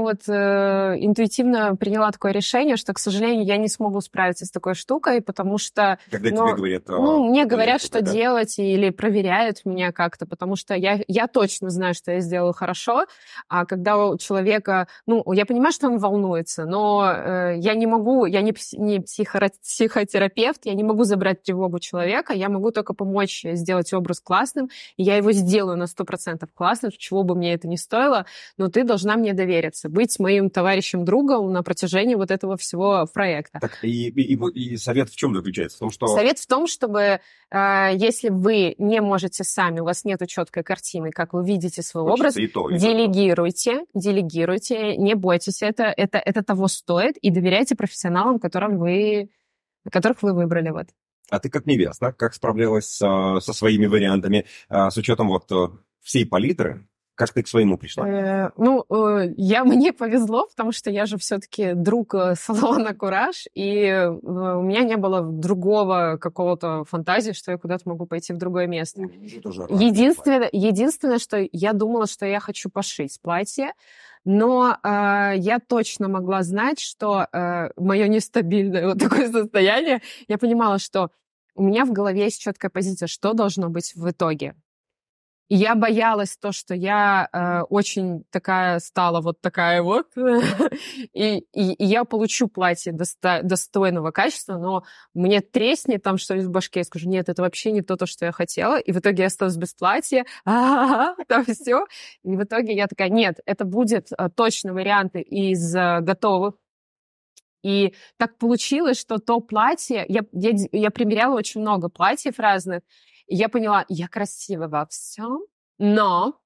интуитивно приняла такое решение, что, к сожалению, я не смогу справиться с такой штукой, потому что... Когда тебе говорят... мне говорят, что делать, или проверяют меня как-то, потому что я точно знаю, что я сделала хорошо, а когда у человека... я понимаю, что он волнуется, но я не могу, я не психотерапевт, я не могу забрать тревогу человека, я могу только помочь сделать образ классным, и я его сделаю на 100% классным, чего бы мне это ни стоило, но ты должна мне довериться, быть моим товарищем-другом на протяжении вот этого всего проекта. Так, и совет в чем заключается? В том, что... Совет в том, чтобы если вы не можете сами, у вас нет четкой картины, как вы видите свой образ, делегируйте, не бойтесь это того стоит, и доверяйте профессионалам, которых вы выбрали. Вот. А ты как невеста, как справлялась со своими вариантами, с учетом всей палитры, Как ты к своему пришла? Мне повезло, потому что я же все-таки друг салона «Кураж», и у меня не было другого какого-то фантазии, что я куда-то могу пойти в другое место. Единственное, что я думала, что я хочу пошить платье, но я точно могла знать, что мое нестабильное вот такое состояние, я понимала, что у меня в голове есть четкая позиция, что должно быть в итоге. И я боялась то, что я очень такая стала вот такая вот, и я получу платье достойного качества, но мне треснет там что-нибудь в башке, я скажу, нет, это вообще не то, что я хотела, и в итоге я осталась без платья, там все, и в итоге я такая, нет, это будет точно варианты из готовых. И так получилось, что то платье, я примеряла очень много платьев разных, и я поняла, я красива во всем, но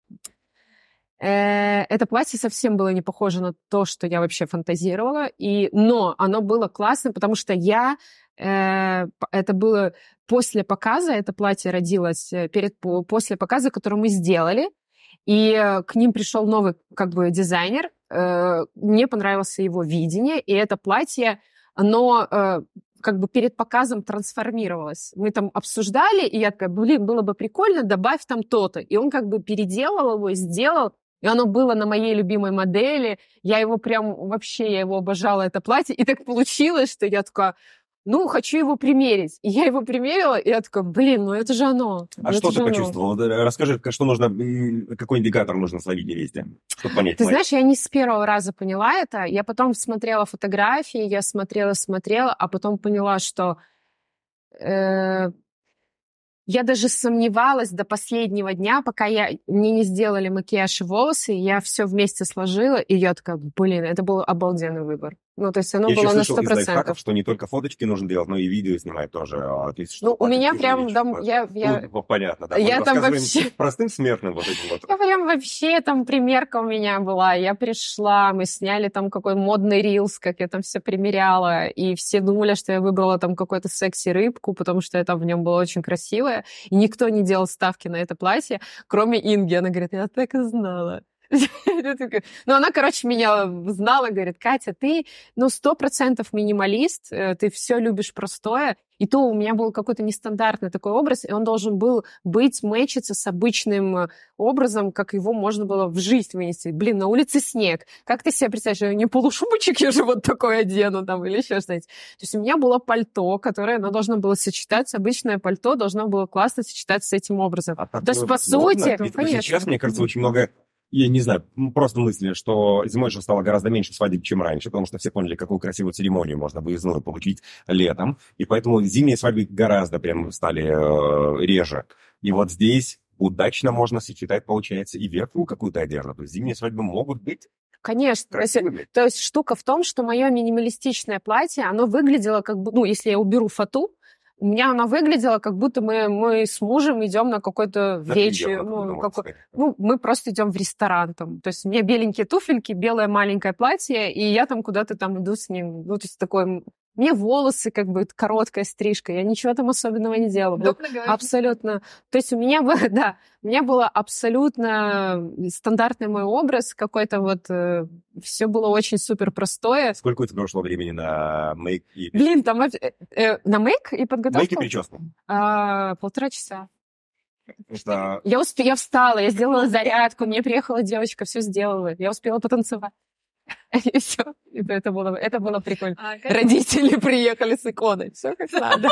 это платье совсем было не похоже на то, что я вообще фантазировала, но оно было классным, потому что это было после показа, это платье родилось после показа, который мы сделали, и к ним пришел новый дизайнер, мне понравился его видение, и это платье, оно перед показом трансформировалось. Мы там обсуждали, и я такая, было бы прикольно, добавь там то-то. И он переделал его, сделал, и оно было на моей любимой модели. Я его обожала, это платье. И так получилось, что я такая, хочу его примерить. И я его примерила, и я такая, это же оно. Что ты почувствовала? Расскажи, что нужно, какой индикатор нужно словить невесте, чтобы понять. Ты знаешь, я не с первого раза поняла это. Я потом смотрела фотографии, я смотрела, а потом поняла, что я даже сомневалась до последнего дня, пока мне не сделали макияж и волосы, я все вместе сложила, и я такая, это был обалденный выбор. То есть оно было на 100%. Я слышал из лайфхаков, что не только фоточки нужно делать, но и видео снимать тоже. У меня прям... понятно, да. Я там вообще... Простым смертным вот этим вот. Я прям вообще, примерка у меня была. Я пришла, мы сняли там какой модный рилс, как я там все примеряла, и все думали, что я выбрала там какую-то секси-рыбку, потому что я там в нем была очень красивая, и никто не делал ставки на это платье, кроме Инги. Она говорит, я так и знала. Она, меня знала, говорит, Катя, ты, 100% минималист, ты все любишь простое, и то у меня был какой-то нестандартный такой образ, и он должен был мэчиться с обычным образом, как его можно было в жизнь вынести. На улице снег. Как ты себе представляешь, я не полушубочек, я же вот такой одену там или еще что-нибудь. То есть у меня было пальто, которое оно должно было сочетаться, обычное пальто должно было классно сочетаться с этим образом. То есть, по сути, конечно. Сейчас, мне кажется, очень много... Я не знаю, просто мысли, что зимой же стало гораздо меньше свадеб, чем раньше, потому что все поняли, какую красивую церемонию можно выездную получить летом. И поэтому зимние свадьбы гораздо прям стали реже. И вот здесь удачно можно сочетать, получается, и верхнюю какую-то одежду. То есть зимние свадьбы могут быть... Конечно. То есть штука в том, что мое минималистичное платье, оно выглядело если я уберу фату, у меня она выглядела, как будто мы с мужем идем на какой-то вечер. Мы просто идем в ресторан. То есть у меня беленькие туфельки, белое маленькое платье, и я там куда-то иду с ним. То есть такое... Мне волосы, короткая стрижка. Я ничего там особенного не делала. Абсолютно. То есть у меня было абсолютно стандартный мой образ какой-то все было очень супер простое. Сколько у тебя ушло времени на мейк и... там на мейк и подготовку? Мейк и прическу. 1,5 часа. Что... Я встала, я сделала зарядку, мне приехала девочка, все сделала. Я успела потанцевать. И все. Это было прикольно. Родители приехали с иконой. Все как надо.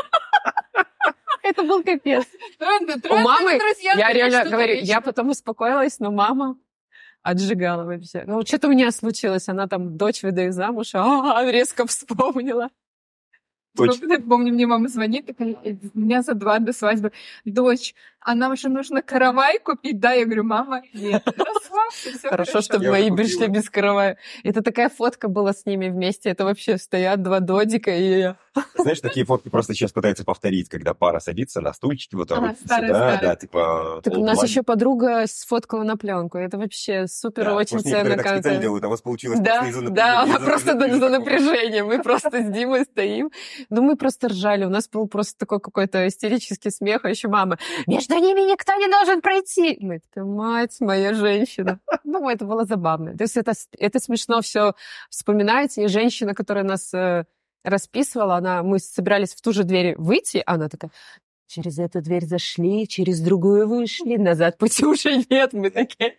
Это был капец. У мамы, я реально говорю, я потом успокоилась, но мама отжигала вообще. Что-то у меня случилось. Она там дочь выдает замуж, резко вспомнила. Помню, мне мама звонит, такая, у меня за 2 до свадьбы. Дочь, а нам же нужно каравай купить, да? Я говорю, мама, нет. Хорошо, чтобы мои пришли без каравая. Это такая фотка была с ними вместе. Это вообще стоят 2 додика, и Знаешь, такие фотки просто сейчас пытаются повторить, когда пара садится на стульчике, вот Ага, руки старые, сюда, старые. да, типа... Так у нас еще подруга сфоткала на пленку. Это вообще супер, очень Может, ценно. некоторые так специально кажется. делают, а у вас получилось Да, просто из-за да, напряжения. она просто за напряжением. Мы просто с Димой стоим. Ну, мы просто ржали. У нас был просто такой какой-то истерический смех. А еще мама: между ними никто не должен пройти. Мы такая: мать моя женщина. Ну, это было забавно. То есть это смешно все вспоминаете. И женщина, которая нас расписывала, мы собирались в ту же дверь выйти, она такая: через эту дверь зашли, через другую вышли, назад пути уже нет. Мы такие...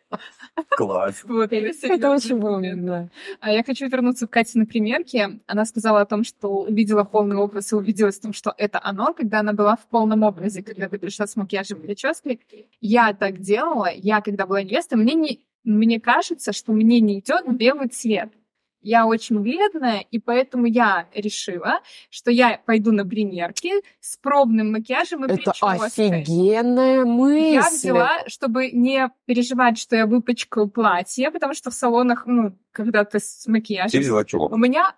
Класс. Вот, Это очень было, да. А я хочу вернуться к Кате на примерке. Она сказала о том, что увидела полный образ и убедилась в том, что это оно, когда она была в полном образе, когда ты пришла с макияжем и прической. Я так делала, когда была невестой, мне кажется, что мне не идет белый цвет. Я очень бледная, и поэтому я решила, что я пойду на примерки с пробным макияжем и Это прической. офигенная мысль. Я взяла, чтобы не переживать, что я выпачкаю платье, потому что в салонах, когда ты с макияжем... Ты взяла чего? У меня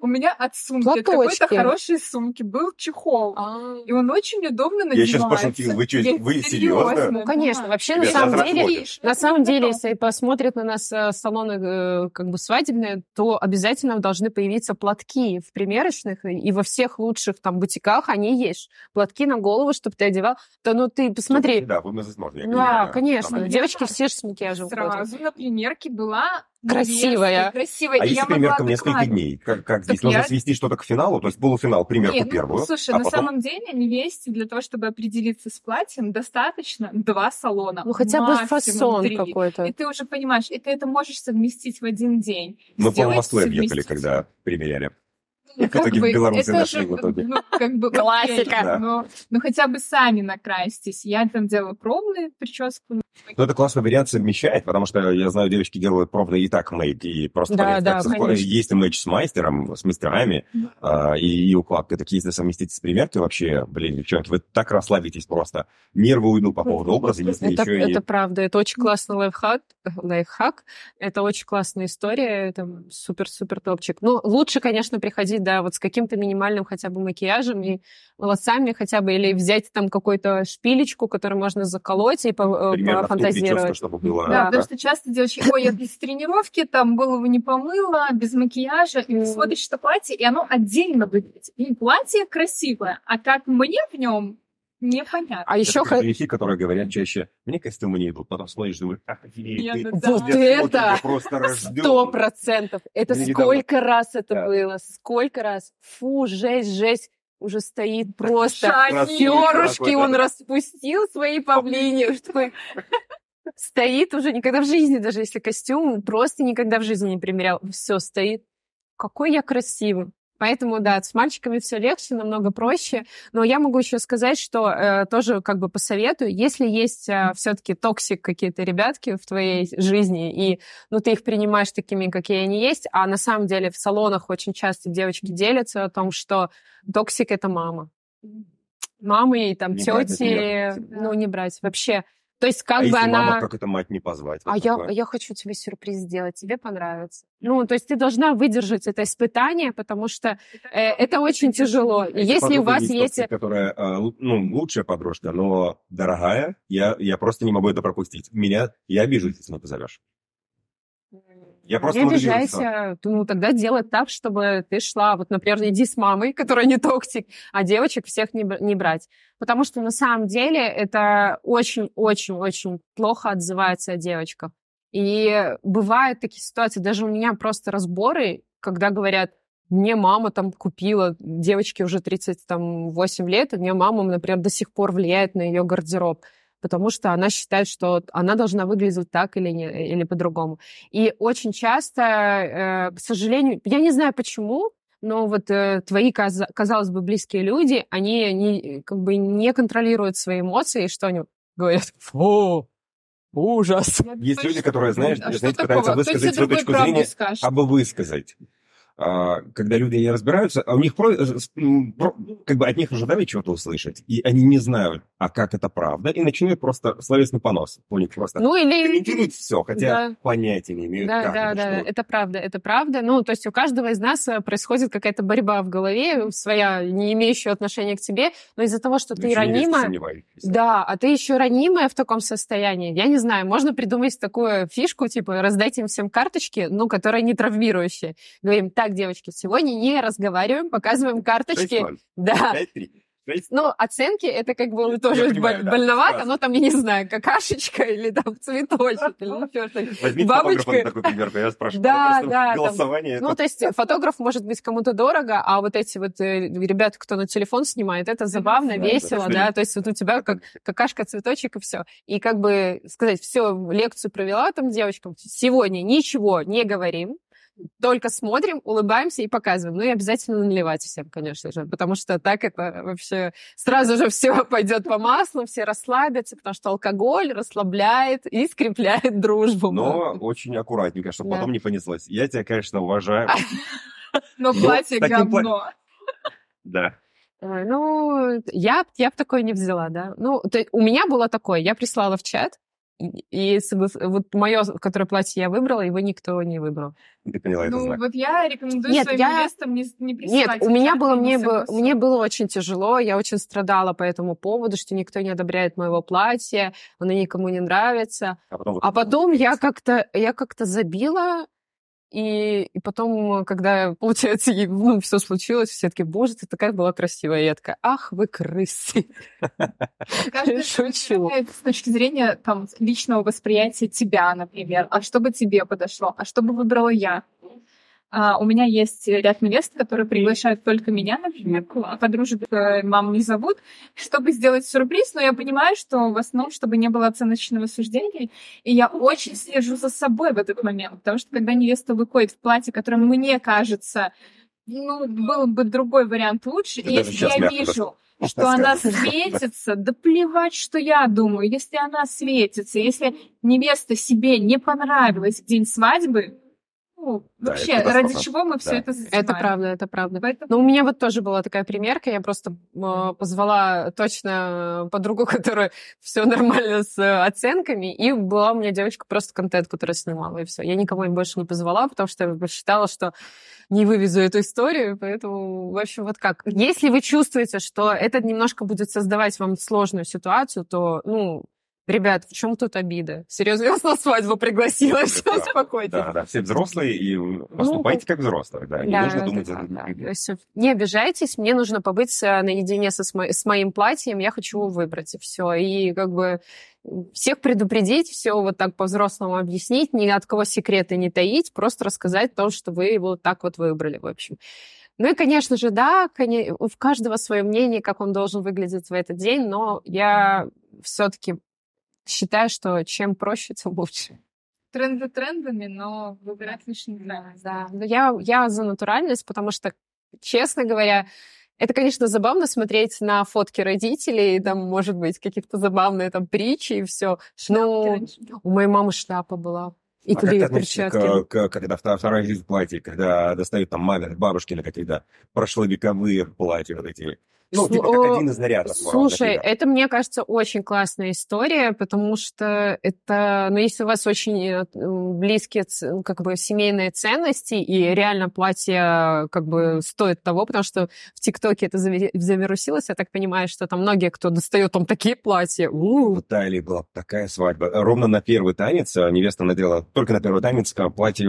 от сумки, от Платочки. какой-то хорошей сумки был чехол. И он очень удобно надевается. Я сейчас пошутил. Вы серьезно? Ну, конечно. Вообще, Ребята, на самом деле, если посмотрят на нас салоны как бы свадебные, то обязательно должны появиться платки в примерочных, и во всех лучших там бутиках они есть. Платки на голову, чтобы ты одевал. Да ну ты посмотри. Да, вымазать можно. Да, конечно. Там. Девочки все же с макияжем ходят. Сразу на примерке была Красивая. А если примерка несколько дней? Как здесь? Нужно свести что-то к финалу? То есть полуфинал, примерку первую. Слушай, на самом деле невесте для того, чтобы определиться с платьем, достаточно 2 салона. Ну хотя бы фасон 3. какой-то. И ты уже понимаешь, и ты это можешь совместить в один день. Мы по Москве объехали, когда примеряли. В итоге в Беларуси нашли в итоге. Классика. Но хотя бы сами накрасьтесь. Я там делала пробную прическу. Ну, это классный вариант совмещает, потому что я знаю, девочки делают пробно и так мейк, и просто есть мэч с мастером, с мастерами, и укладка. Так если совместить с примеркой, вообще, блин, девчонки, вы так расслабитесь просто. Нервы уйдут по поводу образа, если еще и... Это правда, это очень классный лайфхак. Это очень классная история, это супер-супер топчик. Ну, лучше, конечно, приходить, да, вот с каким-то минимальным хотя бы макияжем и волосами хотя бы, или взять там какую-то шпилечку, которую можно заколоть и пофантазировать. Чтобы было... Да, потому что часто девочки: ой, я без тренировки, там голову не помыла, без макияжа, и ты смотришь это платье, и оно отдельно выглядит. И платье красивое, а как мне в нем непонятно. А еще вещи, которые говорят чаще: мне костюмы не идут, потом смотришь, думаешь: вот это 100%. Это сколько раз это было, сколько раз. Фу, жесть. Уже стоит просто. Перышки он распустил свои павлини. Стоит уже никогда в жизни, даже если костюм, просто никогда в жизни не примерял. Все, стоит. Какой я красивый. Поэтому, да, с мальчиками все легче, намного проще. Но я могу еще сказать, что тоже как бы посоветую, если есть все-таки токсик какие-то ребятки в твоей жизни, и ты их принимаешь такими, какие они есть, а на самом деле в салонах очень часто девочки делятся о том, что токсик — это мама. Мамы и там тети, не брать вообще. То есть как бы она... мама, как это мать не позвать? Я хочу тебе сюрприз сделать, тебе понравится. То есть ты должна выдержать это испытание, потому что это очень тяжело. Если у вас есть... Которая, лучшая подружка, но дорогая, я просто не могу это пропустить. Я обижусь, если не позовешь. Я просто не обижайся. Тогда делай так, чтобы ты шла. Вот, например, иди с мамой, которая не токсик, а девочек всех не брать. Потому что на самом деле это очень-очень-очень плохо отзывается о девочках. И бывают такие ситуации, даже у меня просто разборы, когда говорят: мне мама там купила, девочке уже 38 лет, и мне мама, например, до сих пор влияет на ее гардероб, потому что она считает, что она должна выглядеть так или по-другому. И очень часто, к сожалению, я не знаю почему, но вот твои, казалось бы, близкие люди, они не контролируют свои эмоции, и что они говорят: фу, ужас. Есть люди, которые, знаете, пытаются высказать свою точку зрения, абы высказать. когда люди не разбираются, а у них как бы от них ожидали чего-то услышать, и они не знают, а как это правда, и начинают просто словесный понос. У них просто комментируют все, хотя понятия не имеют, как это, что. Это правда. Ну, то есть у каждого из нас происходит какая-то борьба в голове, своя, не имеющая отношения к тебе, но из-за того, что ты ранимая... Да, а ты еще ранимая в таком состоянии. Я не знаю, можно придумать такую фишку, типа, раздать им всем карточки, ну, которые не травмирующие. Говорим, так, девочки, сегодня не разговариваем, показываем карточки. 6-0. Да. 5-3. Ну, оценки, это как бы тоже больновато, да, но там, я не знаю, какашечка или там цветочек, или ну, что-то. Возьмите фотографа на такую примерку, я спрашиваю. Да, голосование. Ну, то есть фотограф может быть кому-то дорого, а вот эти вот ребята, кто на телефон снимает, это забавно, весело, да, то есть вот у тебя как какашка, цветочек и все. И как бы сказать, все, лекцию провела там девочкам, сегодня ничего не говорим, только смотрим, улыбаемся и показываем. Ну и обязательно наливать всем, конечно же, потому что так это вообще сразу же все пойдет по маслу, все расслабятся, потому что алкоголь расслабляет и скрепляет дружбу. Но очень аккуратненько, чтобы потом не понеслось. Я тебя, конечно, уважаю. Но платье говно. Да. Ну, я б такое не взяла, да. Ну, у меня было такое, я прислала в чат, и вот мое, которое платье я выбрала, его никто не выбрал. Ты поняла этот знак? Вот я рекомендую своим невестам не присылать. Нет, мне было очень тяжело, я очень страдала по этому поводу, что никто не одобряет моего платья, оно никому не нравится. А потом я как-то забила, и потом, когда, получается, ну, все случилось, все таки боже, ты такая была красивая. И я такая, ах, вы крысы. Шучу. С точки зрения там, личного восприятия тебя, например, а что бы тебе подошло, а что бы выбрала я? У меня есть ряд невест, которые приглашают только меня, например, подружек мам не зовут, чтобы сделать сюрприз, но я понимаю, что в основном, чтобы не было оценочного суждения, и я очень слежу за собой в этот момент, потому что когда невеста выходит в платье, которое мне кажется, ну, был бы другой вариант лучше, и если я вижу, что она светится, да плевать, что я думаю, если она светится, если невеста себе не понравилась в день свадьбы, вообще, ради чего мы все это занимаем? Это правда. Но у меня вот тоже была такая примерка, я просто позвала точно подругу, которая все нормально с оценками, и была у меня девочка просто контент, которая снимала, и все. Я никого больше не позвала, потому что я считала, что не вывезу эту историю, поэтому, в общем, вот как. Если вы чувствуете, что это немножко будет создавать вам сложную ситуацию, то, ну, ребят, в чем тут обида? Серьезно, я вас на свадьбу пригласила, все, успокойтесь. Да, все взрослые, и поступайте как взрослые, да, не нужно думать за других. Не обижайтесь, мне нужно побыть наедине с моим платьем, я хочу его выбрать, и все. И как бы всех предупредить, все вот так по-взрослому объяснить, ни от кого секреты не таить, просто рассказать то, что вы его так вот выбрали, в общем. Ну и, конечно же, да, у каждого свое мнение, как он должен выглядеть в этот день, но я все-таки считаю, что чем проще, тем лучше. Тренды трендами, но выбирать лишний тренд. Да, но я за натуральность, потому что, честно говоря, это, конечно, забавно смотреть на фотки родителей, там, может быть, какие-то забавные там притчи и все. Но у моей мамы шляпа была. И перчатки. Когда вторая жизнь в платье, когда достают там маме, бабушкины какие-то прошловековые платья вот эти. Ну, типа как один из нарядов. Слушай, это, мне кажется, очень классная история, потому что это, ну, если у вас очень близкие, как бы, семейные ценности, и реально платье, как бы, стоит того, потому что в ТикТоке это завирусилось, я так понимаю, что там многие, кто достает там такие платья. В Италии была такая свадьба. Ровно на первый танец невеста надела, только на первый танец, платье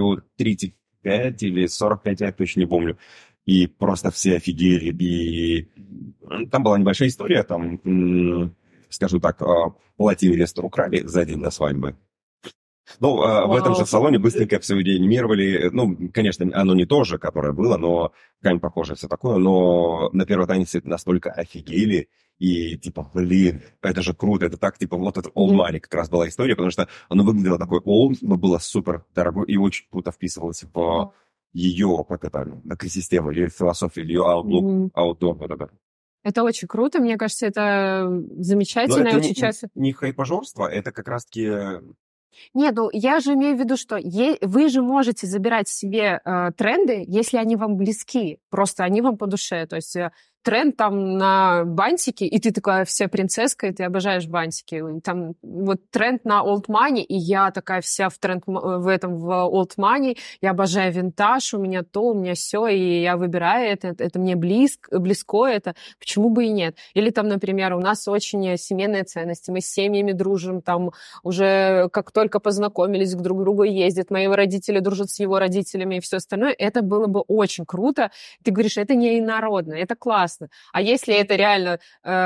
35 или 45, я точно не помню. И просто все офигели. И там была небольшая история, там, скажу так, платье невесты украли за день до свадьбы. Ну, в этом же салоне быстренько все реанимировали. Ну, конечно, оно не то же, которое было, но ткань похожая, все такое. Но на первый танец настолько офигели. И типа, блин, это же круто, это так, типа, вот это old money как раз была история, потому что оно выглядело такой old, но было супер дорогой и очень круто вписывалось в ее экосистему, ее философию, ее outdoor. Вот это. Это очень круто, мне кажется, это замечательно. Но это не хайпажорство, это как раз-таки Нет, ну я же имею в виду, что вы же можете забирать себе тренды, если они вам близки, просто они вам по душе. То есть тренд там на бантики, и ты такая вся принцесска, и ты обожаешь бантики. Там вот тренд на old money, и я такая вся в old money, я обожаю винтаж, у меня то, у меня все, и я выбираю это мне близко это, почему бы и нет? Или там, например, у нас очень семейные ценности, мы с семьями дружим, там уже как только познакомились, друг к другу ездят, мои родители дружат с его родителями и все остальное, это было бы очень круто. Ты говоришь, это не инородно, это классно. А если это реально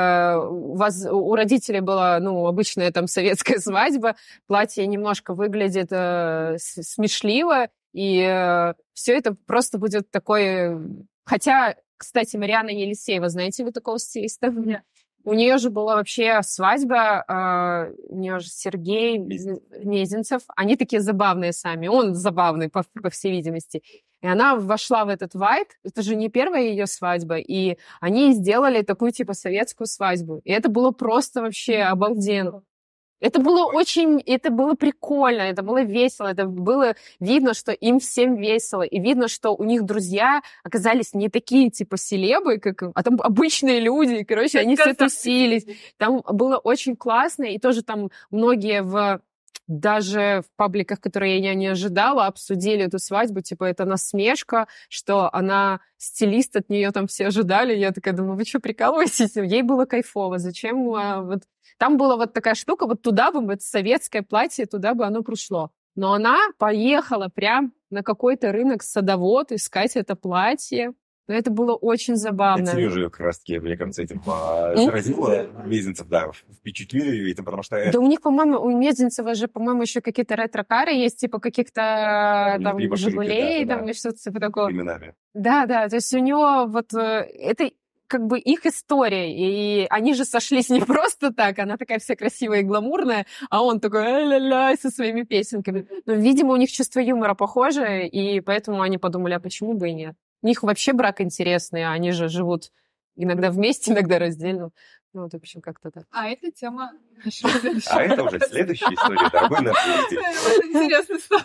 у родителей была, обычная там советская свадьба, платье немножко выглядит смешливо, и все это просто будет такое... Хотя, кстати, Марьяна Елисеева, знаете вы такого стилиста? Нет. У нее же была вообще свадьба, у нее же Сергей Мезенцев. Они такие забавные сами. Он забавный, по всей видимости. И она вошла в этот вайб. Это же не первая ее свадьба. И они сделали такую типа советскую свадьбу. И это было просто вообще обалденно. Это было прикольно, это было весело, это было видно, что им всем весело, и видно, что у них друзья оказались не такие, типа, селебы, а там обычные люди, и, короче, они все тусились. Там было очень классно, и тоже там многие даже в пабликах, которые я не ожидала, обсудили эту свадьбу, типа, это насмешка, что она стилист, от нее там все ожидали. Я такая думаю, вы что, прикалываетесь? Ей было кайфово. Зачем вот... Там была вот такая штука, вот туда бы, вот советское платье, туда бы оно пришло. Но она поехала прям на какой-то рынок Садовод искать это платье. Но это было очень забавно. Я вижу как раз-таки, мне кажется, этим заразила Мезенцев, да, впечатлили этим, потому что... Да у них, по-моему, у Мезенцева же, по-моему, еще какие-то ретро-кары есть, типа каких-то там «Жигулей», там и что-то типа такого. Именами. Да, то есть у него вот это как бы их история, и они же сошлись не просто так, она такая вся красивая и гламурная, а он такой ля-ля-ля со своими песенками. Но, видимо, у них чувство юмора похожее, и поэтому они подумали, а почему бы и нет? У них вообще брак интересный, они же живут иногда вместе, иногда раздельно. Ну, вот, в общем, как-то так. А эта тема... А это уже следующая история, дорогой наш зритель. Интересно стало.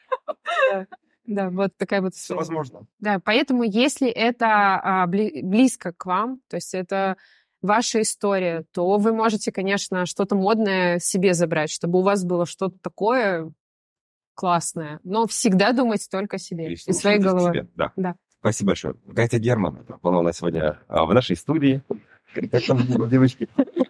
Да, вот такая вот Все возможно. Да, поэтому если это близко к вам, то есть это ваша история, то вы можете, конечно, что-то модное себе забрать, чтобы у вас было что-то такое классное. Но всегда думайте только о себе и своей головой. Да. Спасибо большое. Катя Герман была у нас сегодня в нашей студии. Как там, девочки?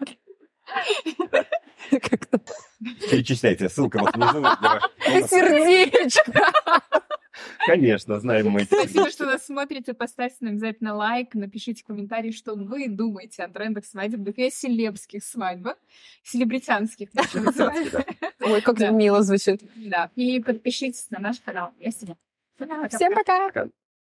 Перечисляйте, ссылка вот внизу. Сердечко! Конечно, знаем мы. Спасибо, что нас смотрите. Поставьте нам обязательно лайк, напишите комментарий, что вы думаете о трендах свадебных и о селебских свадьбах, селебритянских. Ой, как мило звучит. Да. И подпишитесь на наш канал. Всем пока!